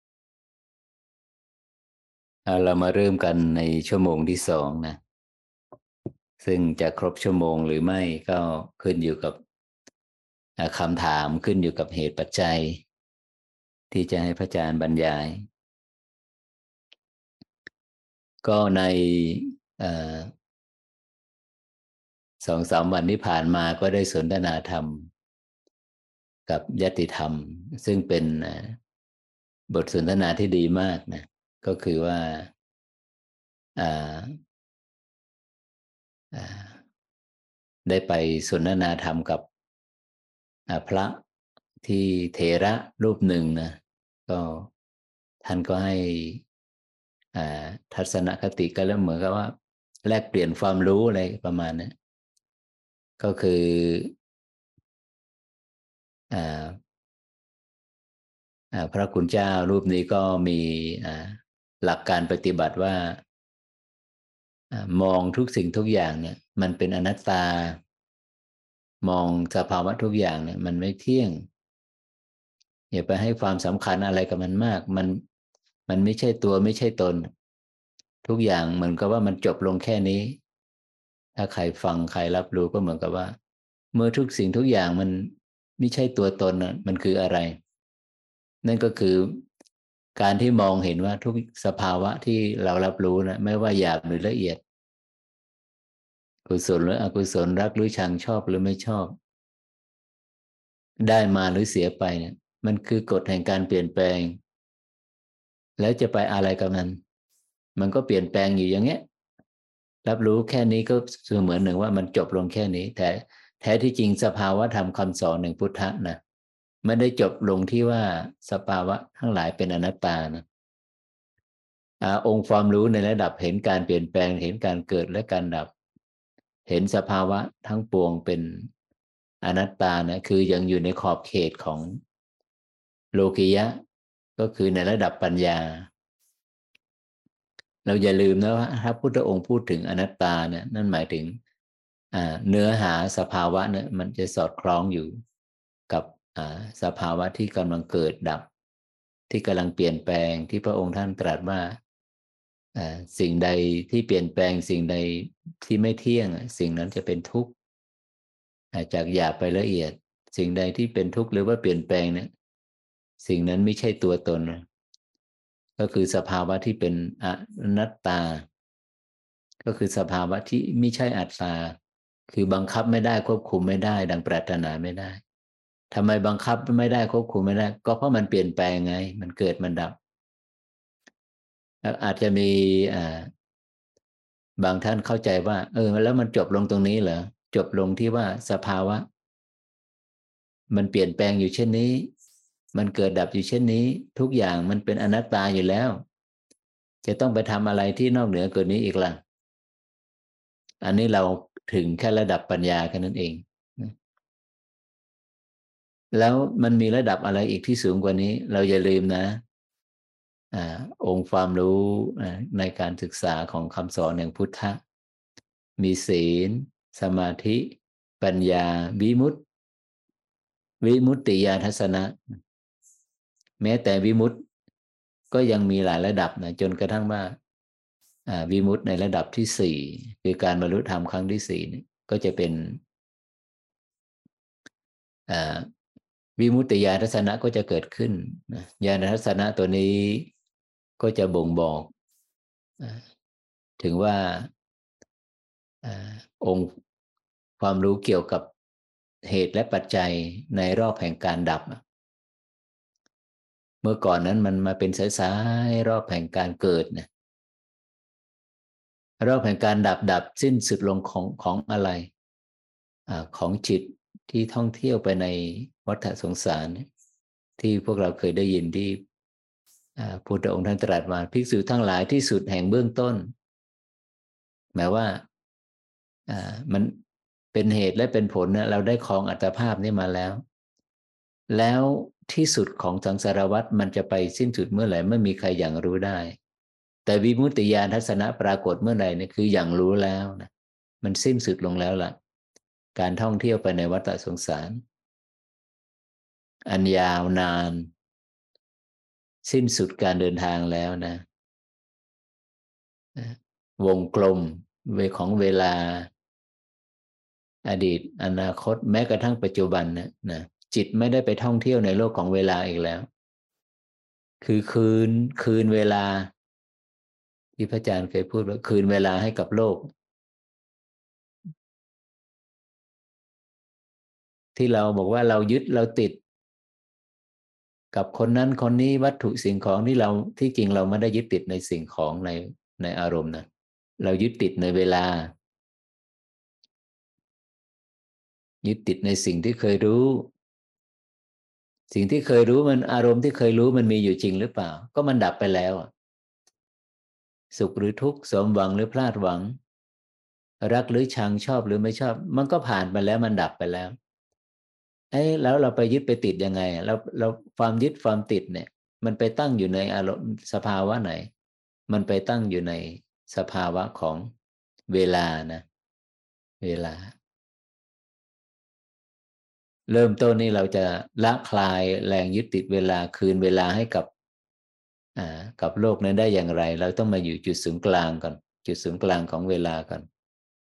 เรามาเริ่มกันในชั่วโมงที่สองนะซึ่งจะครบชั่วโมงหรือไม่ก็ขึ้นอยู่กับคำถามขึ้นอยู่กับเหตุปัจจัยที่จะให้พระอาจารย์บรรยายก็ใน2-3 วันที่ผ่านมาก็ได้สนทนาธรรมกับยติธรรมซึ่งเป็นบทสนทนาที่ดีมากนะก็คือว่าได้ไปสนทนาธรรมกับพระที่เถระรูปหนึ่งนะก็ท่านก็ให้ทัศนคติก็เริ่มเหมือนกับว่าแลกเปลี่ยนความรู้อะไรประมาณนี้ก็คือพระคุณเจ้ารูปนี้ก็มีหลักการปฏิบัติว่ามองทุกสิ่งทุกอย่างเนี่ยมันเป็นอนัตตามองสภาวะทุกอย่างเนี่ยมันไม่เที่ยงอย่าไปให้ความสำคัญอะไรกับมันมากมันไม่ใช่ตัวไม่ใช่ตนทุกอย่างเหมือนกับว่ามันจบลงแค่นี้ถ้าใครฟังใครรับรู้ก็เหมือนกับว่าเมื่อทุกสิ่งทุกอย่างมันไม่ใช่ตัวตนมันคืออะไรนั่นก็คือการที่มองเห็นว่าทุกสภาวะที่เรารับรู้นะไม่ว่าหยาบหรือละเอียดกุศลหรืออกุศลรักหรือชังชอบหรือไม่ชอบได้มาหรือเสียไปเนี่ยมันคือกฎแห่งการเปลี่ยนแปลงแล้วจะไปอะไรกับมันก็เปลี่ยนแปลงอยู่อย่างเงี้ยรับรู้แค่นี้ก็เสมือนหนึ่งว่ามันจบลงแค่นี้แต่แท้ที่จริงสภาวะธรรมคำสอนหนึ่งพุทธะนะไม่ได้จบลงที่ว่าสภาวะทั้งหลายเป็นอนัตตานะองค์ความรู้ในระดับเห็นการเปลี่ยนแปลงเห็นการเกิดและการดับเห็นสภาวะทั้งปวงเป็นอนัตตานะคือยังอยู่ในขอบเขตของโลกิยะก็คือในระดับปัญญาเราอย่าลืมนะว่าถ้าพุทธองค์พูดถึงอนัตตาเนี่ยนั่นหมายถึงเนื้อหาสภาวะเนี่ยมันจะสอดคล้องอยู่กับสภาวะที่กำลังเกิดดับที่กำลังเปลี่ยนแปลงที่พระองค์ท่านตรัสว่าสิ่งใดที่เปลี่ยนแปลงสิ่งใดที่ไม่เที่ยงสิ่งนั้นจะเป็นทุกข์จากหยาบไปละเอียดสิ่งใดที่เป็นทุกข์หรือว่าเปลี่ยนแปลงเนี่ยสิ่งนั้นไม่ใช่ตัวตนก็คือสภาวะที่เป็นอนัตตาก็คือสภาวะที่ไม่ใช่อัตตาคือบังคับไม่ได้ควบคุมไม่ได้ดังปรารถนาไม่ได้ทำไมบังคับไม่ได้ควบคุมไม่ได้ก็เพราะมันเปลี่ยนแปลงไงมันเกิดมันดับอาจจะมีบางท่านเข้าใจว่าแล้วมันจบลงตรงนี้เหรอจบลงที่ว่าสภาวะมันเปลี่ยนแปลงอยู่เช่นนี้มันเกิดดับอยู่เช่นนี้ทุกอย่างมันเป็นอนัตตาอยู่แล้วจะต้องไปทำอะไรที่นอกเหนือกว่านี้อีกล่ะอันนี้เราถึงแค่ระดับปัญญาแค่นั้นเองแล้วมันมีระดับอะไรอีกที่สูงกว่านี้เราอย่าลืมนะองค์ความรู้ในการศึกษาของคำสอนแห่งพุทธะมีศีลสมาธิปัญญาวิมุตติญาณทัศนะแม้แต่วิมุตติก็ยังมีหลายระดับนะจนกระทั่งว่าวิมุตติในระดับที่สี่คือการบรรลุธรรมครั้งที่สี่นี่ก็จะเป็นวิมุตติญาณทัศนะก็จะเกิดขึ้นญาณทัศนะตัวนี้ก็จะบ่งบอกถึงว่าองค์ความรู้เกี่ยวกับเหตุและปัจจัยในรอบแห่งการดับเมื่อก่อนนั้นมันมาเป็นสายๆรอบแห่งการเกิดนะรอบแห่งการดับสิ้นสุดลงของอะไรของจิตที่ท่องเที่ยวไปในวัฏสงสารที่พวกเราเคยได้ยินที่พุทธองค์ท่านตรัสว่าภิกษุทั้งหลายที่สุดแห่งเบื้องต้นหมายว่ามันเป็นเหตุและเป็นผลนะเราได้ครองอัตภาพนี้มาแล้วที่สุดของสังสารวัฏมันจะไปสิ้นสุดเมื่อไหร่ไม่มีใครอย่างรู้ได้แต่วิมุตติญาณทัศนะปรากฏเมื่อไหร่เนี่ยคืออย่างรู้แล้วนะมันสิ้นสุดลงแล้วล่ะการท่องเที่ยวไปในวัฏสงสารอันยาวนานสิ้นสุดการเดินทางแล้วนะวงกลมของเวลาอดีตอนาคตแม้กระทั่งปัจจุบันนะจิตไม่ได้ไปท่องเที่ยวในโลกของเวลาอีกแล้วคือคืนเวลาที่พระอาจารย์เคยพูดว่าคืนเวลาให้กับโลกที่เราบอกว่าเรายึดเราติดกับคนนั้นคนนี้วัตถุสิ่งของที่เราที่จริงเราไม่ได้ยึดติดในสิ่งของในอารมณ์นะเรายึดติดในเวลายึดติดในสิ่งที่เคยรู้สิ่งที่เคยรู้มันอารมณ์ที่เคยรู้มันมีอยู่จริงหรือเปล่าก็มันดับไปแล้วสุขหรือทุกข์สมหวังหรือพลาดหวังรักหรือชังชอบหรือไม่ชอบมันก็ผ่านไปแล้วมันดับไปแล้วแล้วเราไปยึดไปติดยังไงเราความยึดความติดเนี่ยมันไปตั้งอยู่ในอารมณ์สภาวะไหนมันไปตั้งอยู่ในสภาวะของเวลานะเวลาเริ่มต้นนี่เราจะละคลายแรงยึดติดเวลาคืนเวลาให้กับโลกนั้นได้อย่างไรเราต้องมาอยู่จุดศูนย์กลางก่อนจุดศูนย์กลางของเวลาก่อน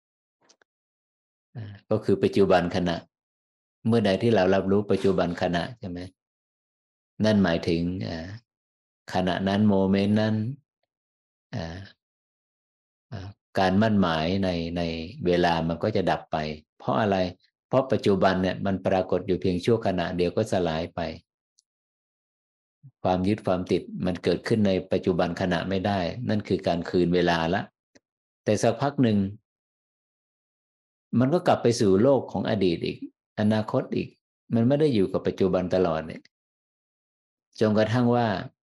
ก็คือปัจจุบันขณะเมื่อใดที่เรารับรู้ปัจจุบันขณะใช่ไหมนั่นหมายถึงขณะนั้นโมเมนต์นั้นการมั่นหมายในเวลามันก็จะดับไปเพราะอะไรเพราะปัจจุบันเนี่ยมันปรากฏอยู่เพียงชั่วขณะเดียวก็สลายไปความยึดความติดมันเกิดขึ้นในปัจจุบันขณะไม่ได้นั่นคือการคืนเวลาละแต่สักพักหนึ่งมันก็กลับไปสู่โลกของอดีตอีกอนาคตอีกมันไม่ได้อยู่กับปัจจุบันตลอดเนี่ยจนกระทั่งว่า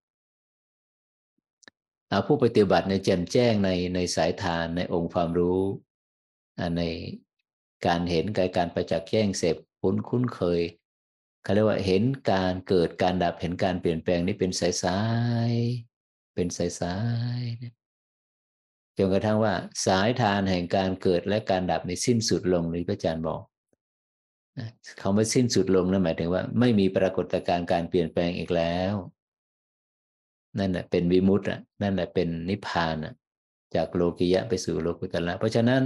ผู้ปฏิบัติในแจ่มแจ้งในสายทานในองค์ความรู้ในการเห็นการประจักษ์แจ้งเสพคุ้นเคยเขาเรียกว่าเห็นการเกิดการดับเห็นการเปลี่ยนแปลงนี้เป็นสายๆเป็นสายๆจนกระทั่งว่าสายทานแห่งการเกิดและการดับในสิ้นสุดลงนี่พระอาจารย์บอกเขาไม่สิ้นสุดลงนั่นหมายถึงว่าไม่มีปรากฏการณ์การเปลี่ยนแปลงอีกแล้วนั่นแหละเป็นวิมุตตินั่นแหละเป็นนิพพานจากโลกิยะไปสู่โลกุตละเพราะฉะนั้น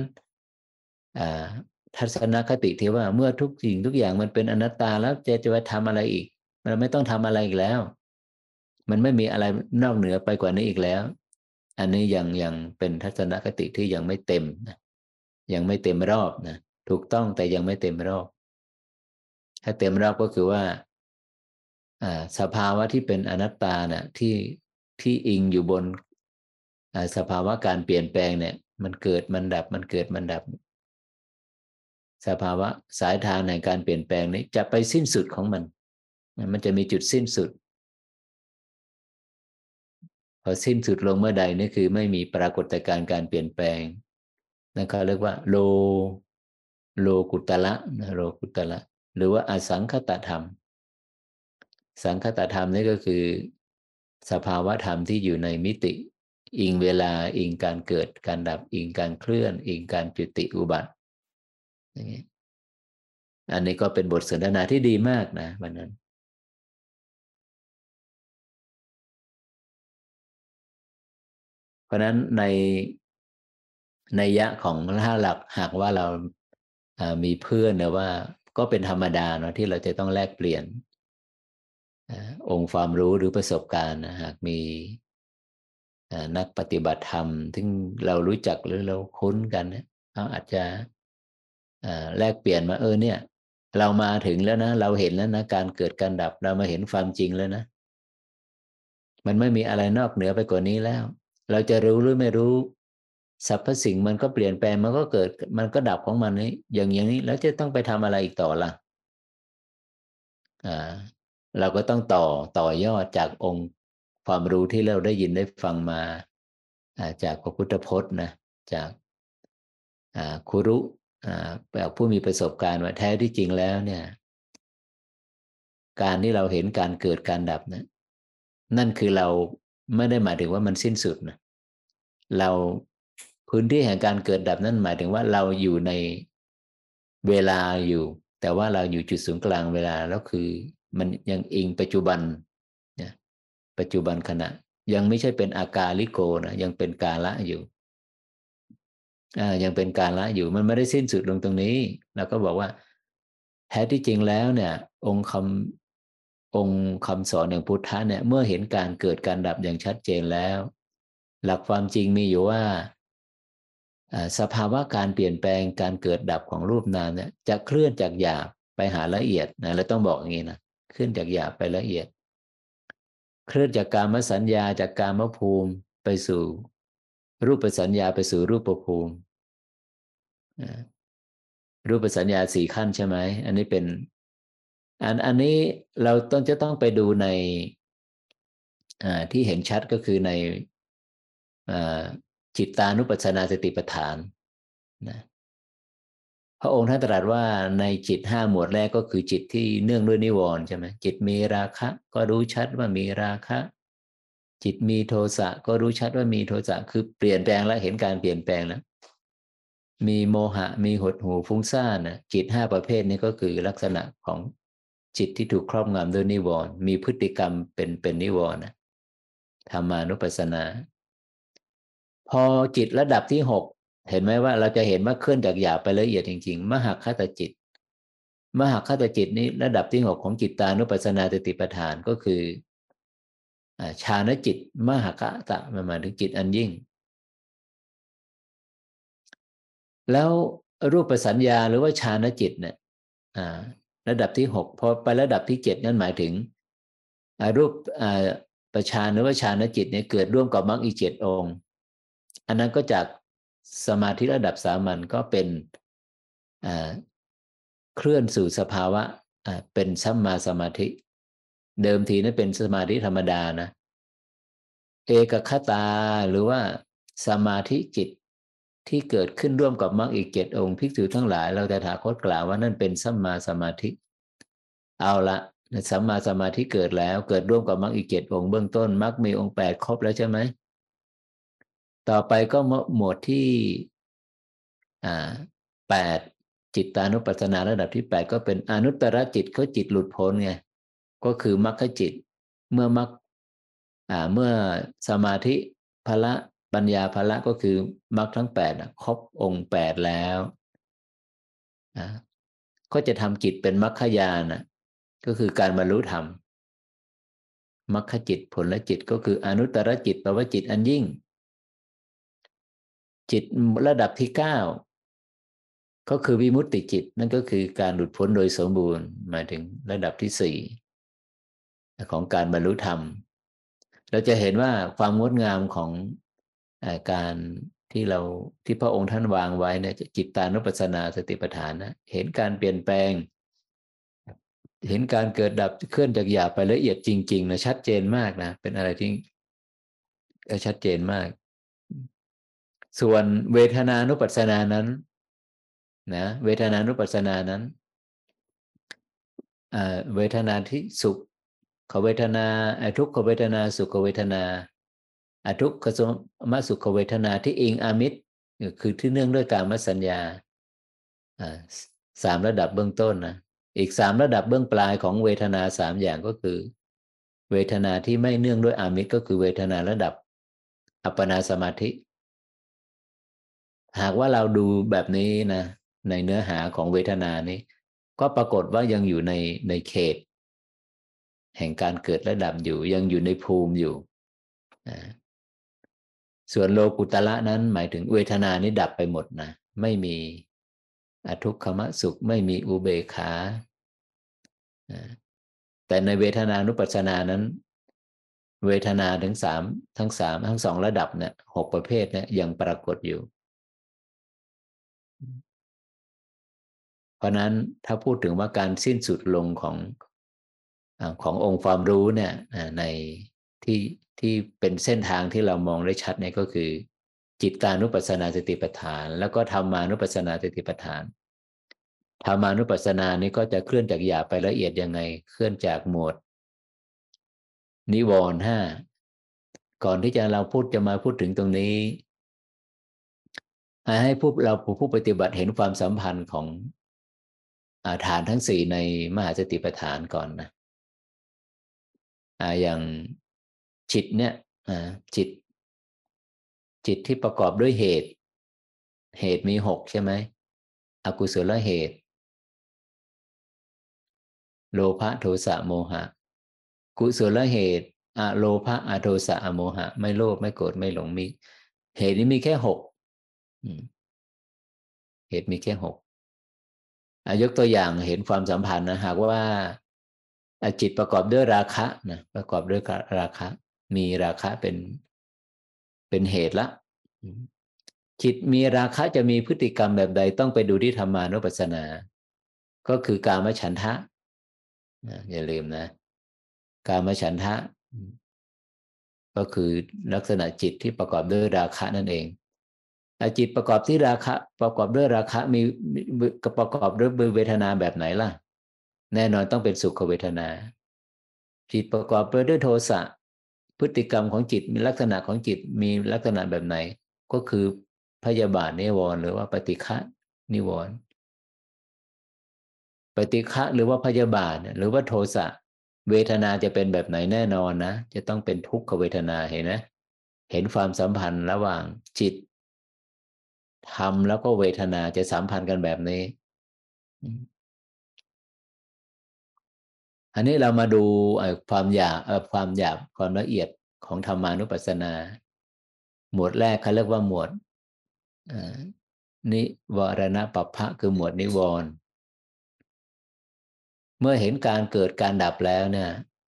ทัศนคติที่ว่าเมื่อทุกสิ่งทุกอย่างมันเป็นอนัตตาแล้วจะไปทำอะไรอีกมันไม่ต้องทำอะไรอีกแล้วมันไม่มีอะไรนอกเหนือไปกว่านี้อีกแล้วอันนี้ยังเป็นทัศนคติที่ยังไม่เต็มนะยังไม่เต็มรอบนะถูกต้องแต่ยังไม่เต็มรอบถ้าเต็มรอบก็คือว่าสภาวะที่เป็นอนัตตาน่ะที่อิงอยู่บนสภาวะการเปลี่ยนแปลงเนี่ยมันเกิดมันดับมันเกิดมันดับสภาวะสายทานในการเปลี่ยนแปลงนี้จะไปสิ้นสุดของมันมันจะมีจุดสิ้นสุดพอสิ้นสุดลงเมื่อใดนี่คือไม่มีปรากฏการณ์การเปลี่ยนแปลงนั่นเขาเรียกว่าโลกุตละโลกุตละหรือว่าอสังคตธรรมสังคตธรรมนี่ก็คือสภาวะธรรมที่อยู่ในมิติอิงเวลาอิงการเกิดการดับอิงการเคลื่อนอิงการจุติอุบัติอย่างนี้อันนี้ก็เป็นบทสนทนาที่ดีมากนะวันนั้นเพราะฉะนั้นในยะของถ้าหลักหากว่าเรามีเพื่อนนะว่าก็เป็นธรรมดาเนาะที่เราจะต้องแลกเปลี่ยนองค์ความรู้หรือประสบการณ์นะหากมีนักปฏิบัติธรรมซึ่งเรารู้จักหรือเราคุ้นกันเนี่ยเขาอาจจะแลกเปลี่ยนมาเนี่ยเรามาถึงแล้วนะเราเห็นแล้วนะการเกิดการดับเรามาเห็นความจริงแล้วนะมันไม่มีอะไรนอกเหนือไปกว่านี้แล้วเราจะรู้หรือไม่รู้สรรพสิ่งมันก็เปลี่ยนแปลงมันก็เกิดมันก็ดับของมันนี้อย่างนี้แล้วจะต้องไปทำอะไรอีกต่อล่ะอ่าเราก็ต้องต่อยอดจากองค์ความรู้ที่เราได้ยินได้ฟังมาจากพระพุทธพจน์นะจากครูรุแบบผู้มีประสบการณ์ว่าแท้ที่จริงแล้วเนี่ยการที่เราเห็นการเกิดการดับนะนั่นคือเราไม่ได้หมายถึงว่ามันสิ้นสุดนะเราพื้นที่แห่งการเกิดดับนั่นหมายถึงว่าเราอยู่ในเวลาอยู่แต่ว่าเราอยู่จุดศูนย์กลางเวลาแล้วคือมันยังอิงปัจจุบันนะปัจจุบันขณะยังไม่ใช่เป็นอากาลิโกนะยังเป็นกาละอยู่ยังเป็นกาละอยู่มันไม่ได้สิ้นสุดลงตรงนี้เราก็บอกว่าแท้ที่จริงแล้วเนี่ยองค์คำสอนอย่างพุทธะเนี่ยเมื่อเห็นการเกิดการดับอย่างชัดเจนแล้วหลักความจริงมีอยู่ว่าสภาวะการเปลี่ยนแปลงการเกิดดับของรูปนามเนี่ยจะเคลื่อนจากหยาบไปหาละเอียดนะเราต้องบอกอย่างนี้นะเคลื่อนจากหยาบไปละเอียดเคลื่อนจากกามสัญญาจากกามภูมิไปสู่รูปสัญญาไปสู่รูปภูมิ รูปสัญญาสี่ขั้นใช่ไหมอันนี้เป็นอันนี้เราจะต้องไปดูในที่เห็นชัดก็คือในจิตตานุปัสสนาสติปัฏฐานนะพระองค์ท่านตรัสว่าในจิตห้าหมวดแรกก็คือจิตที่เนื่องด้วยนิวรณ์ใช่ไหมจิตมีราคะก็รู้ชัดว่ามีราคะจิตมีโทสะก็รู้ชัดว่ามีโทสะคือเปลี่ยนแปลงแล้วเห็นการเปลี่ยนแปลงแล้ว มีโมหะมีหดหู่ฟุ้งซ่านนะจิตห้าประเภทนี้ก็คือลักษณะของจิตที่ถูกครอบงำด้วยนิวรณ์มีพฤติกรรมเป็นนิวรณ์นะธรรมานุปัสสนาพอจิตระดับที่หกเห็นไหมว่าเราจะเห็นว่าเคลื่อนจากหยาบไปละเอียดจริงๆมหคตจิตมหคตจิตนี้ระดับที่หกของจิตตานุปัสสนาสติปัฏฐานก็คือฌานจิตมหคตะหมายถึงจิตอันยิ่ง แล้วรูปสัญญาหรือว่าฌานจิตเนี่ยระดับที่หกพอไประดับที่เจ็ดนั่นหมายถึงรูปประชานหรือว่าฌานจิตเนี่ยเกิดร่วมกับมรรคอีกเจ็ดองค์อันนั้นก็จากสมาธิระดับสามัญก็เป็นเคลื่อนสู่สภาวะเป็นสัมมาสมาธิเดิมทีนั้นเป็นสมาธิธรรมดานะเอกคตาหรือว่าสมาธิจิตที่เกิดขึ้นร่วมกับมรรคอีกเจ็ดองค์ภิกษุทั้งหลายเราแต่ถาคตกล่าวว่านั่นเป็นสัมมาสมาธิเอาละสัมมาสมาธิเกิดแล้วเกิดร่วมกับมรรคอีกเจ็ดองค์เบื้องต้นมรรคมีองค์แปดครบแล้วใช่ไหมต่อไปก็หมวดที่แปดจิตตานุปัสสนาระดับที่แปดก็เป็นอนุตตรจิตเขาจิตหลุดพ้นไงก็คือมรรคจิตเมื่อมรรคเมื่อสมาธิพละปัญญาพละก็คือมรรคทั้งแปดครบองค์แปดแล้วก็จะทำจิตเป็นมรรคญาณก็คือการบรรลุธรรมมรรคจิตผลจิตก็คืออนุตตรจิตแปลว่าจิตอันยิ่งจิตระดับที่เก้าก็คือวิมุตติจิตนั่นก็คือการหลุดพ้นโดยสมบูรณ์หมายถึงระดับที่สี่ของการบรรลุธรรมเราจะเห็นว่าความงดงามของการที่พระองค์ท่านวางไว้เนี่ยจิตตานุปัสสนาสติปัฏฐานนะเห็นการเปลี่ยนแปลงเห็นการเกิดดับเคลื่อนจากหยาบไปละเอียดจริงๆนะชัดเจนมากนะเป็นอะไรที่ชัดเจนมากส่วนเวทนานุปัสสนานั้นนะเวทนานุปัสสนานั้นเวทนาที่สุขขเวทนาทุกขเวทนาสุขเวทนาทุกขสมสุขเวทนาที่อิงอามิตรคือที่เนื่องด้วยกามสัญญาอ่าสามระดับเบื้องต้นนะอีกสามระดับเบื้องปลายของเวทนาสามอย่างก็คือเวทนาที่ไม่เนื่องด้วยอามิตรก็คือเวทนาระดับอัปปนาสมาธิหากว่าเราดูแบบนี้นะในเนื้อหาของเวทนานี้ก็ปรากฏว่ายังอยู่ในเขตแห่งการเกิดและดับอยู่ยังอยู่ในภูมิอยู่ส่วนโลกุตละนั้นหมายถึงเวทนานี้ดับไปหมดนะไม่มีอทุกขมสุขไม่มีอุเบกขาแต่ในเวทนานุปัสสนานั้นเวทนาทั้งสองระดับเนี่ยหกประเภทเนี่ยยังปรากฏอยู่เพราะนั้นถ้าพูดถึงว่าการสิ้นสุดลงขององค์ความรู้เนี่ยในที่ที่เป็นเส้นทางที่เรามองได้ชัดเนี่ยก็คือจิตตานุปัสสนาสติปัฏฐานแล้วก็ธรรมานุปัสสนาสติปัฏฐานธรรมานุปัสสนานี้ก็จะเคลื่อนจากหยาบไปละเอียดยังไงเคลื่อนจากหมวดนิวรณ์ห้าก่อนที่จะมาพูดถึงตรงนี้ให้ผู้ปฏิบัติเห็นความสัมพันธ์ของฐานทั้งสี่ในมหาสติปัฏฐานก่อนนะอย่างจิตเนี่ยจิตจิตที่ประกอบด้วยเหตุมีหกใช่ไหมอกุศลเหตุโลภะโทสะโมหะกุศลเหตุอโลภะอโทสะอโมหะไม่โลภไม่โกรธไม่หลงมีเหตุนี้มีแค่หกเหตุมีแค่หกยกตัวอย่างเห็นความสัมพันธ์นะหากว่าจิตประกอบด้วยราคะนะประกอบด้วยราคะมีราคะเป็นเหตุละจิตมีราคะจะมีพฤติกรรมแบบใดต้องไปดูที่ธรรมานุปัสสนาก็คือกามฉันทะอย่าลืมนะกามฉันทะก็คือลักษณะจิตที่ประกอบด้วยราคะนั่นเองจิตประกอบที่ราคะประกอบด้วยราคะมีประกอบด้วยเวทนาแบบไหนล่ะแน่นอนต้องเป็นสุขเวทนาจิตประกอบไปด้วยโทสะพฤติกรรมของจิตมีลักษณะของจิตมีลักษณะแบบไหนก็คือพยาบาทนิวรณ์หรือว่าปฏิฆะนิวรณ์ปฏิฆะหรือว่าพยาบาทหรือว่าโทสะเวทนาจะเป็นแบบไหนแน่นอนนะจะต้องเป็นทุกขเวทนาเห็นไหมเห็นความสัมพันธ์ระหว่างจิตธรรมแล้วก็เวทนาจะสัมพันธ์กันแบบนี้อันนี้เรามาดูความหยาบความละเอียดของธรรมานุปัสสนาหมวดแรกเขาเรียกว่าหมวดนิวรณปัปพะคือหมวดนิวรณ์เมื่อเห็นการเกิดการดับแล้วเนี่ย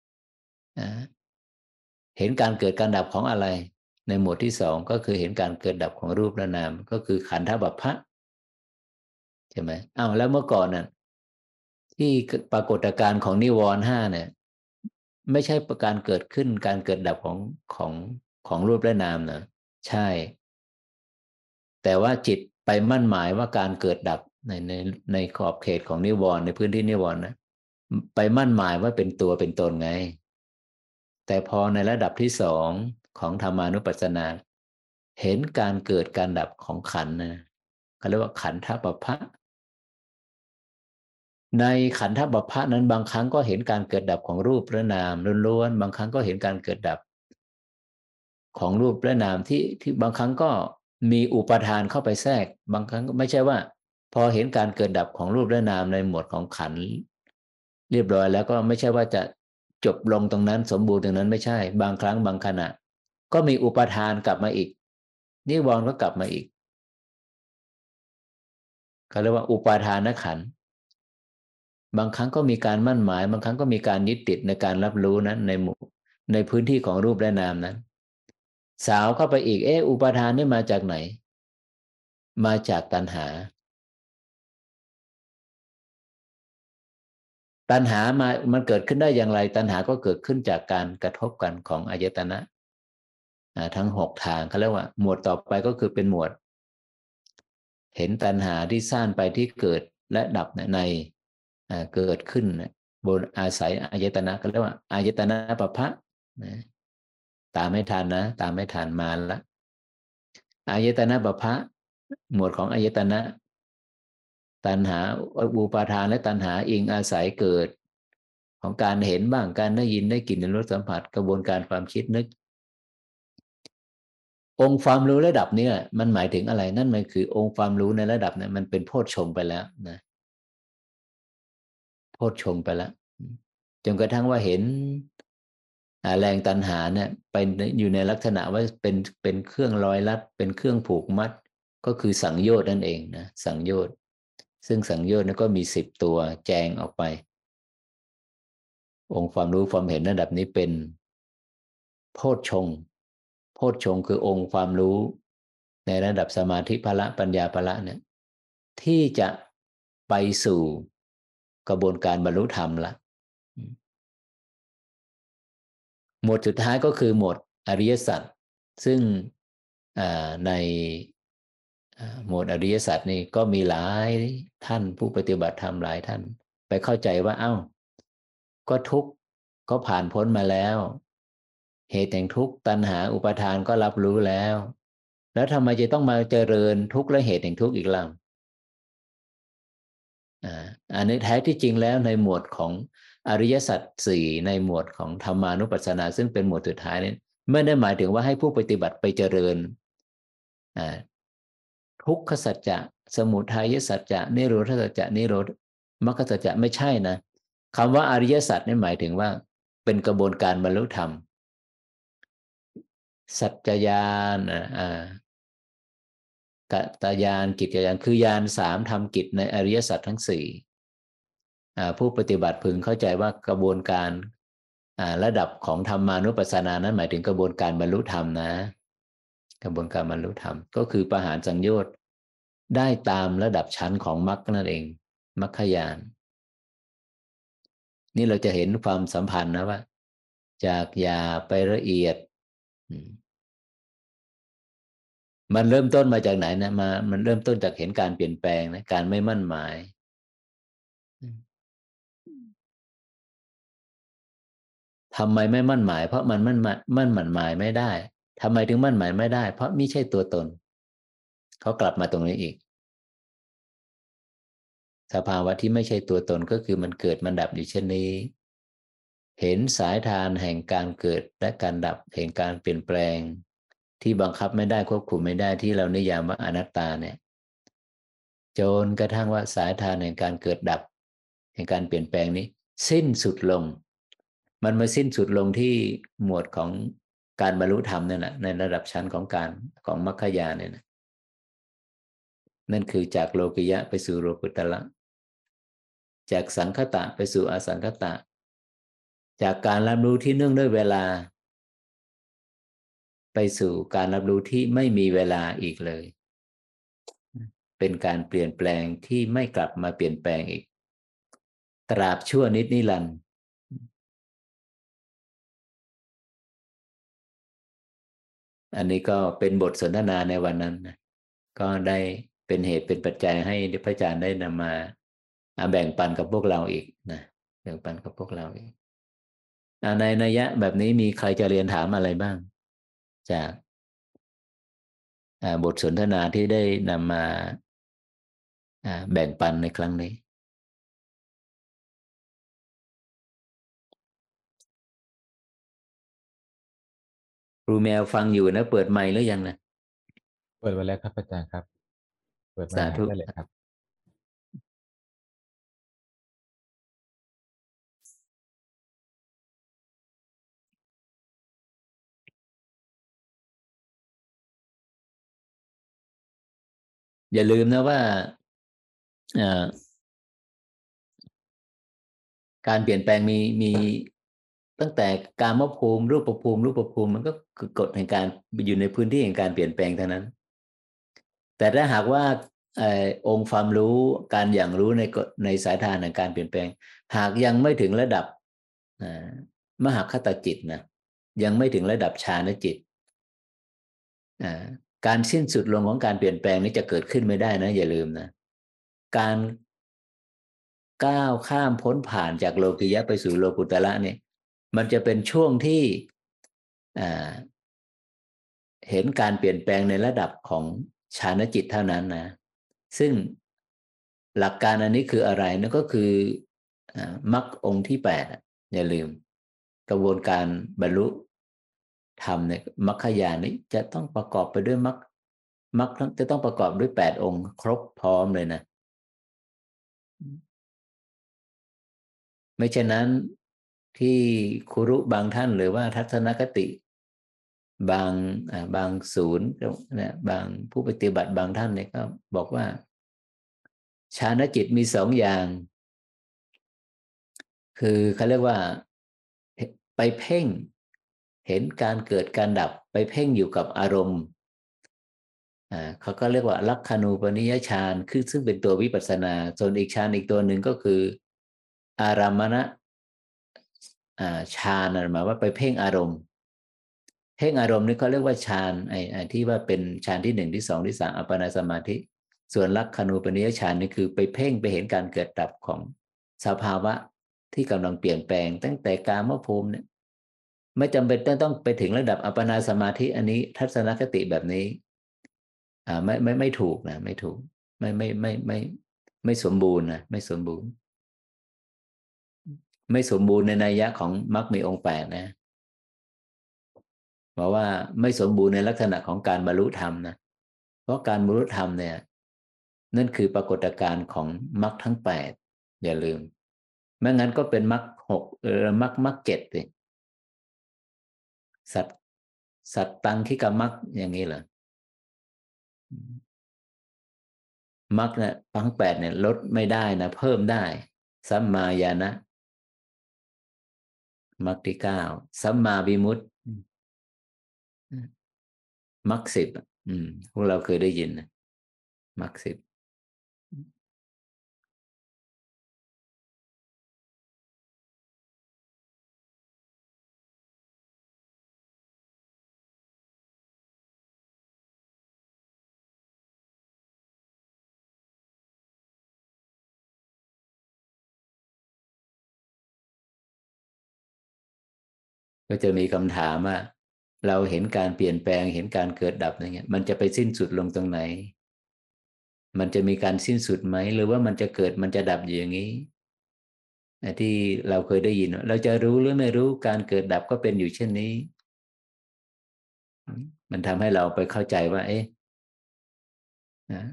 เห็นการเกิดการดับของอะไรในหมวดที่สองก็คือเห็นการเกิดดับของรูปและนามก็คือขันธบัพพะใช่ไหมอ้าวแล้วเมื่อก่อนน่ะที่ปรากฏการณ์ของนิวรณ์ห้าเนี่ยไม่ใช่การเกิดขึ้นการเกิดดับของของรูปและนามนะใช่แต่ว่าจิตไปมั่นหมายว่าการเกิดดับในขอบเขตของนิวรณ์ในพื้นที่นิวรณ์นะไปมั่นหมายว่าเป็นตัวเป็นตนไงแต่พอในระดับที่สองของธรรมานุปัสสนาเห็นการเกิดการดับของขันธ์นะเขาเรียกว่าขันธปภะในขันธปภะนั้นบางครั้งก็เห็นการเกิดดับของรูปและนามล้วนๆบางครั้งก็เห็นการเกิดดับของรูปและนามที่บางครั้งก็มีอุปทานเข้าไปแทรกบางครั้งก็ไม่ใช่ว่าพอเห็นการเกิดดับของรูปและนามในหมวดของขันธ์เรียบร้อยแล้วก็ไม่ใช่ว่าจะจบลงตรงนั้นสมบูรณ์ตรงนั้นไม่ใช่บางครั้งบางขณะก็มีอุปทานกลับมาอีกนิวรณ์ก็กลับมาอีกเขาเรียกว่าอุปาทานขันธ์บางครั้งก็มีการมั่นหมายบางครั้งก็มีการยึดติดในการรับรู้นั้นในพื้นที่ของรูปและนามนั้นสาวเข้าไปอีกอุปาทานนี่มาจากไหนมาจากตัณหาตัณหามันเกิดขึ้นได้อย่างไรตัณหาก็เกิดขึ้นจากการกระทบกันของอายตนะทั้ง6ทางเขาเรียกว่าหมวดต่อไปก็คือเป็นหมวดเห็นตัณหาที่สร้างไปที่เกิดและดับในเกิดขึ้นบนอาศัยอายตนะก็เรียกว่าอายตนะปภะนะตามไม่ทันนะตามไม่ทันมาละอายตนะปภะหมวดของอายตนะตัณหาอุปาทานและตัณหาอิงอาศัยเกิดของการเห็นบ้างการได้ยินได้กลิ่นได้รสสัมผัสกระบวนการความคิดนึกองค์ความรู้ระดับนี้มันหมายถึงอะไรนั่นมันคือองค์ความรู้ในระดับนี้มันเป็นโพชฌงค์ไปแล้วนะโพชฌงค์ไปแล้วจนกระทั่งว่าเห็นแรงตัณหาเนี่ยไปอยู่ในลักษณะว่าเป็นเครื่องร้อยลัดเป็นเครื่องผูกมัดก็คือสังโยชน์นั่นเองนะสังโยชน์ซึ่งสังโยชน์นั้นก็มี10 ตัวแจงออกไปองค์ความรู้ความเห็นระดับนี้เป็นโพชฌงค์โพชฌงค์คือองค์ความรู้ในระดับสมาธิพละปัญญาพละเนี่ยที่จะไปสู่กระบวนการบรรลุธรรมละหมวดสุดท้ายก็คือหมวดอริยสัจซึ่งในหมวดอริยสัจนี่ก็มีหลายท่านผู้ปฏิบัติธรรมหลายท่านไปเข้าใจว่าเอ้าก็ทุกข์ก็ผ่านพ้นมาแล้วเหตุแห่งทุกข์ตัณหาอุปาทานก็รับรู้แล้วแล้วทำไมจะต้องมาเจริญทุกข์และเหตุแห่งทุกข์อีกล่ะอันนี้แท้ที่จริงแล้วในหมวดของอริยสัจสี่ในหมวดของธรรมานุปัสสนาซึ่งเป็นหมวดสุดท้ายนี้ไม่ได้หมายถึงว่าให้ผู้ปฏิบัติไปเจริญทุกขสัจจะสมุทัยสัจจะนิโรธสัจจะนิโรธมรรคสัจจะไม่ใช่นะคำว่าอริยสัจนี่หมายถึงว่าเป็นกระบวนการบรรลุธรรมสัจจญาณกตญาณกิจญาณคือญาณ3ทำกิจในอริยสัจทั้ง4ผู้ปฏิบัติพึงเข้าใจว่ากระบวนการระดับของธรรมานุปัสสนานั้นหมายถึงกระบวนการบรรลุธรรมนะกระบวนการบรรลุธรรมก็คือประหารสังโยชน์ได้ตามระดับชั้นของมรรคนั่นเองมรรคญาณนี่เราจะเห็นความสัมพันธ์นะว่าจากหยาบไปละเอียดมันเริ่มต้นมาจากไหนนะมันเริ่มต้นจากเห็นการเปลี่ยนแปลงนะการไม่มั่นหมายทำไมไม่มั่นหมายเพราะมันมั่นหมายไม่ได้ทำไมถึงมั่นหมายไม่ได้เพราะไม่ใช่ตัวตนเขากลับมาตรงนี้อีกสภาวะที่ไม่ใช่ตัวตนก็คือมันเกิดมันดับอยู่เช่นนี้เห็นสายทานแห่งการเกิดและการดับแห่งการเปลี่ยนแปลงที่บังคับไม่ได้ควบคุมไม่ได้ที่เรานิยามว่าอนัตตาเนี่ยจนกระทั่งว่าสายทานแห่งการเกิดดับแห่งการเปลี่ยนแปลงนี้สิ้นสุดลงมันมาสิ้นสุดลงที่หมวดของการบรรลุธรรมนั่นแหละในระดับชั้นของการของมรรคญาณเนี่ยนะนั่นคือจากโลกิยะไปสู่โลกุตระจากสังคตะไปสู่อสังคตะจากการรับรู้ที่เนื่องด้วยเวลาไปสู่การรับรู้ที่ไม่มีเวลาอีกเลยเป็นการเปลี่ยนแปลงที่ไม่กลับมาเปลี่ยนแปลงอีกตราบชั่วนิจนิรันดร์อันนี้ก็เป็นบทสนทนาในวันนั้นนะก็ได้เป็นเหตุเป็นปัจจัยให้พระอาจารย์ได้นำมาแบ่งปันกับพวกเราอีกนะแบ่งปันกับพวกเราอีกในนัยยะแบบนี้มีใครจะเรียนถามอะไรบ้างจากบทสนทนาที่ได้นำมาแบ่งปันในครั้งนี้ครูแมวฟังอยู่นะเปิดไมค์หรือยังนะเปิดไว้แล้วครับอาจารย์ครับเปิดมาสาธุได้เลยครับอย่าลืมนะว่าการเปลี่ยนแปลงมีตั้งแต่กามภูมิรูปภูมิมันก็คือกฎแห่งการอยู่ในพื้นที่แห่งการเปลี่ยนแปลงเท่านั้นแต่ถ้าหากว่าองค์ความรู้การอย่างรู้ในสายทานแห่งการเปลี่ยนแปลงหากยังไม่ถึงระดับมหคตจิตนะยังไม่ถึงระดับฌานจิตการสิ้นสุดลงของการเปลี่ยนแปลงนี้จะเกิดขึ้นไม่ได้นะอย่าลืมนะการก้าวข้ามพ้นผ่านจากโลกิยะไปสู่โลกุตระเนี่ยมันจะเป็นช่วงที่เห็นการเปลี่ยนแปลงในระดับของฌานจิตเท่านั้นนะซึ่งหลักการอันนี้คืออะไรนั่นก็คือมรรคองค์ที่8อย่าลืมกระบวนการบรรลุธรรมเนี่ยมรรคญาณนี้จะต้องประกอบไปด้วยมรรคจะต้องประกอบด้วย8องค์ครบพร้อมเลยนะไม่เช่นนั้นที่ครุบางท่านหรือว่าทัศนคติบางศูนย์นะบางผู้ปฏิบัติบางท่านเนี่ยก็บอกว่าฌานจิตมี2อย่างคือเขาเรียกว่าไปเพ่งเห็นการเกิดการดับไปเพ่งอยู่กับอารมณ์เขาก็เรียกว่าลักขณูปนิยฌานคือซึ่งเป็นตัววิปัสสนาส่วนอีกฌานอีกตัวหนึ่งก็คืออารามณฌานนั่นหมายว่าไปเพ่งอารมณ์เพ่งอารมณ์นี่เขาเรียกว่าฌานที่ว่าเป็นฌานที่1ที่2ที่3อัปปนาสมาธิส่วนลักขณูปนิยฌานนี่คือไปเพ่งไปเห็นการเกิดดับของสภาวะที่กำลังเปลี่ยนแปลงตั้งแต่กามภูมิเนี่ยไม่จำเป็นต้องไปถึงระดับอัปปนาสมาธิอันนี้ทัศนคติแบบนี้ไม่ถูกนะไม่ถูกไม่สมบูรณ์นะไม่สมบูรณ์ไม่สมบูรณ์ในนัยยะของมรรคมีองค์8นะเพราะว่าไม่สมบูรณ์ในลักษณะของการบรรลุธรรมนะเพราะการบรรลุธรรมเนี่ยนั่นคือปรากฏการณ์ของมรรคทั้ง8อย่าลืมไม่งั้นก็เป็นมรรค6มรรค7สิสัตตังคิกมรรคอย่างนี้เหรอมรรคเนี่ยทั้ง8เนี่ยลดไม่ได้นะเพิ่มได้สัมมาญาณะมรรคที่9สัมมาวิมุตติมรรค10พวกเราเคยได้ยินนะมรรค10ก็จะมีคำถามว่าเราเห็นการเปลี่ยนแปลงเห็นการเกิดดับอะไรเงี้ยมันจะไปสิ้นสุดลงตรงไหนมันจะมีการสิ้นสุดไหมหรือว่ามันจะเกิดมันจะดับอยู่อย่างนี้ที่เราเคยได้ยินเราจะรู้หรือไม่รู้การเกิดดับก็เป็นอยู่เช่นนี้มันทำให้เราไปเข้าใจว่าเอ๊ะนะ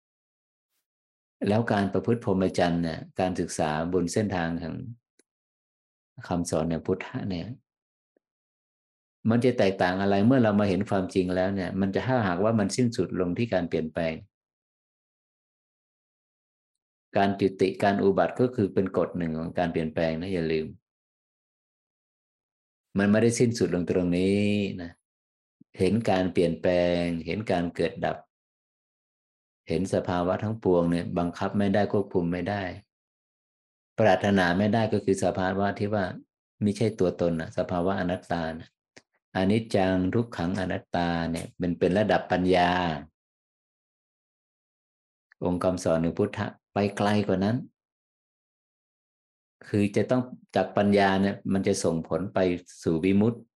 แล้วการประพฤติพรหมจรรย์เนี่ยการศึกษาบนเส้นทางของคำสอนเนี่ยพุทธะเนี่ยมันจะแตกต่างอะไรเมื่อเรามาเห็นความจริงแล้วเนี่ยมันจะถ้าหากว่ามันสิ้นสุดลงที่การเปลี่ยนแปลงการจุติการอุบัติก็คือเป็นกฎหนึ่งของการเปลี่ยนแปลงนะอย่าลืมมันไม่ได้สิ้นสุดลงตรงนี้นะเห็นการเปลี่ยนแปลงเห็นการเกิดดับเห็นสภาวะทั้งปวงเนี่ยบังคับไม่ได้ควบคุมไม่ได้ปรารถนาไม่ได้ก็คือสภาวะที่ว่าไม่ใช่ตัวตนนะสภาวะอนัตตานะอนิจจังทุกขังอนัตตาเนี่ยเป็นระดับปัญญาองค์คำสอนของพุทธะไปไกลกว่านั้นคือจะต้องจากปัญญาเนี่ยมันจะส่งผลไปสู่วิมุตติ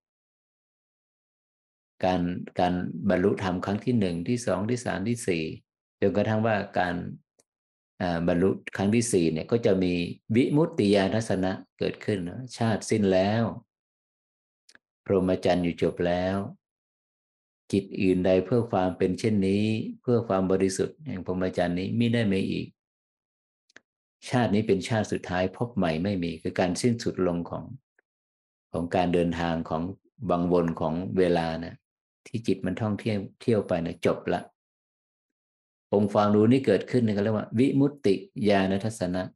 การการบรรลุธรรมครั้งที่1ที่2ที่3ที่4จนกระทั่งว่าการบรรลุครั้งที่4เนี่ยก็จะมีวิมุตติญาณทัศนะเกิดขึ้นชาติสิ้นแล้วพรหมจรรย์อยู่จบแล้วจิตอื่นใดเพื่อความเป็นเช่นนี้เพื่อความบริสุทธิ์แห่งพรหมจรรย์นี้ไม่ได้มีอีกชาตินี้เป็นชาติสุดท้ายพบใหม่ไม่มีคือการสิ้นสุดลงของการเดินทางของวังวนของเวลานะที่จิตมันท่องเที่ยวไปนะจบละองค์ความรู้นี้เกิดขึ้นนี่ก็เรียกว่าวิมุตติญาณทัศนะ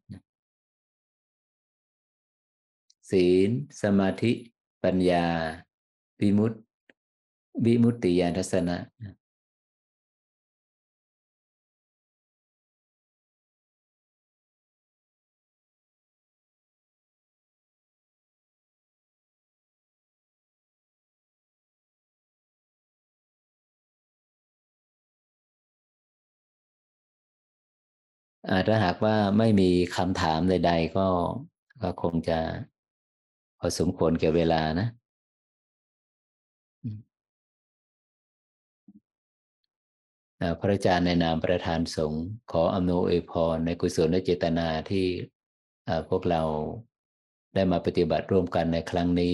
ศีลสมาธิปัญญาวิมุตติญาณทัศนะถ้าหากว่าไม่มีคำถามใดๆก็คงจะพอสมควรแก่เวลานะพระอาจารย์ในนามประธานสงฆ์ขออำนวยอวยพรในกุศลและเจตนาที่พวกเราได้มาปฏิบัติร่วมกันในครั้งนี้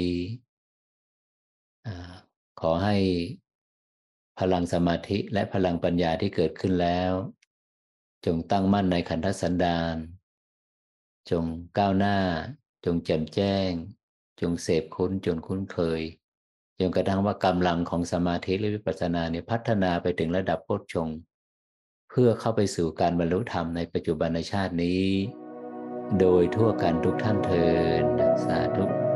ขอให้พลังสมาธิและพลังปัญญาที่เกิดขึ้นแล้วจงตั้งมั่นในขันธสันดานจงก้าวหน้าจงแจ่มแจ้งจงเสพคุ้นจนคุ้นเคยจนกระทั่งว่ากำลังของสมาธิและวิปัสสนาเนี่ยพัฒนาไปถึงระดับโพชฌงค์เพื่อเข้าไปสู่การบรรลุธรรมในปัจจุบันชาตินี้โดยทั่วกันทุกท่านเทอญสาธุ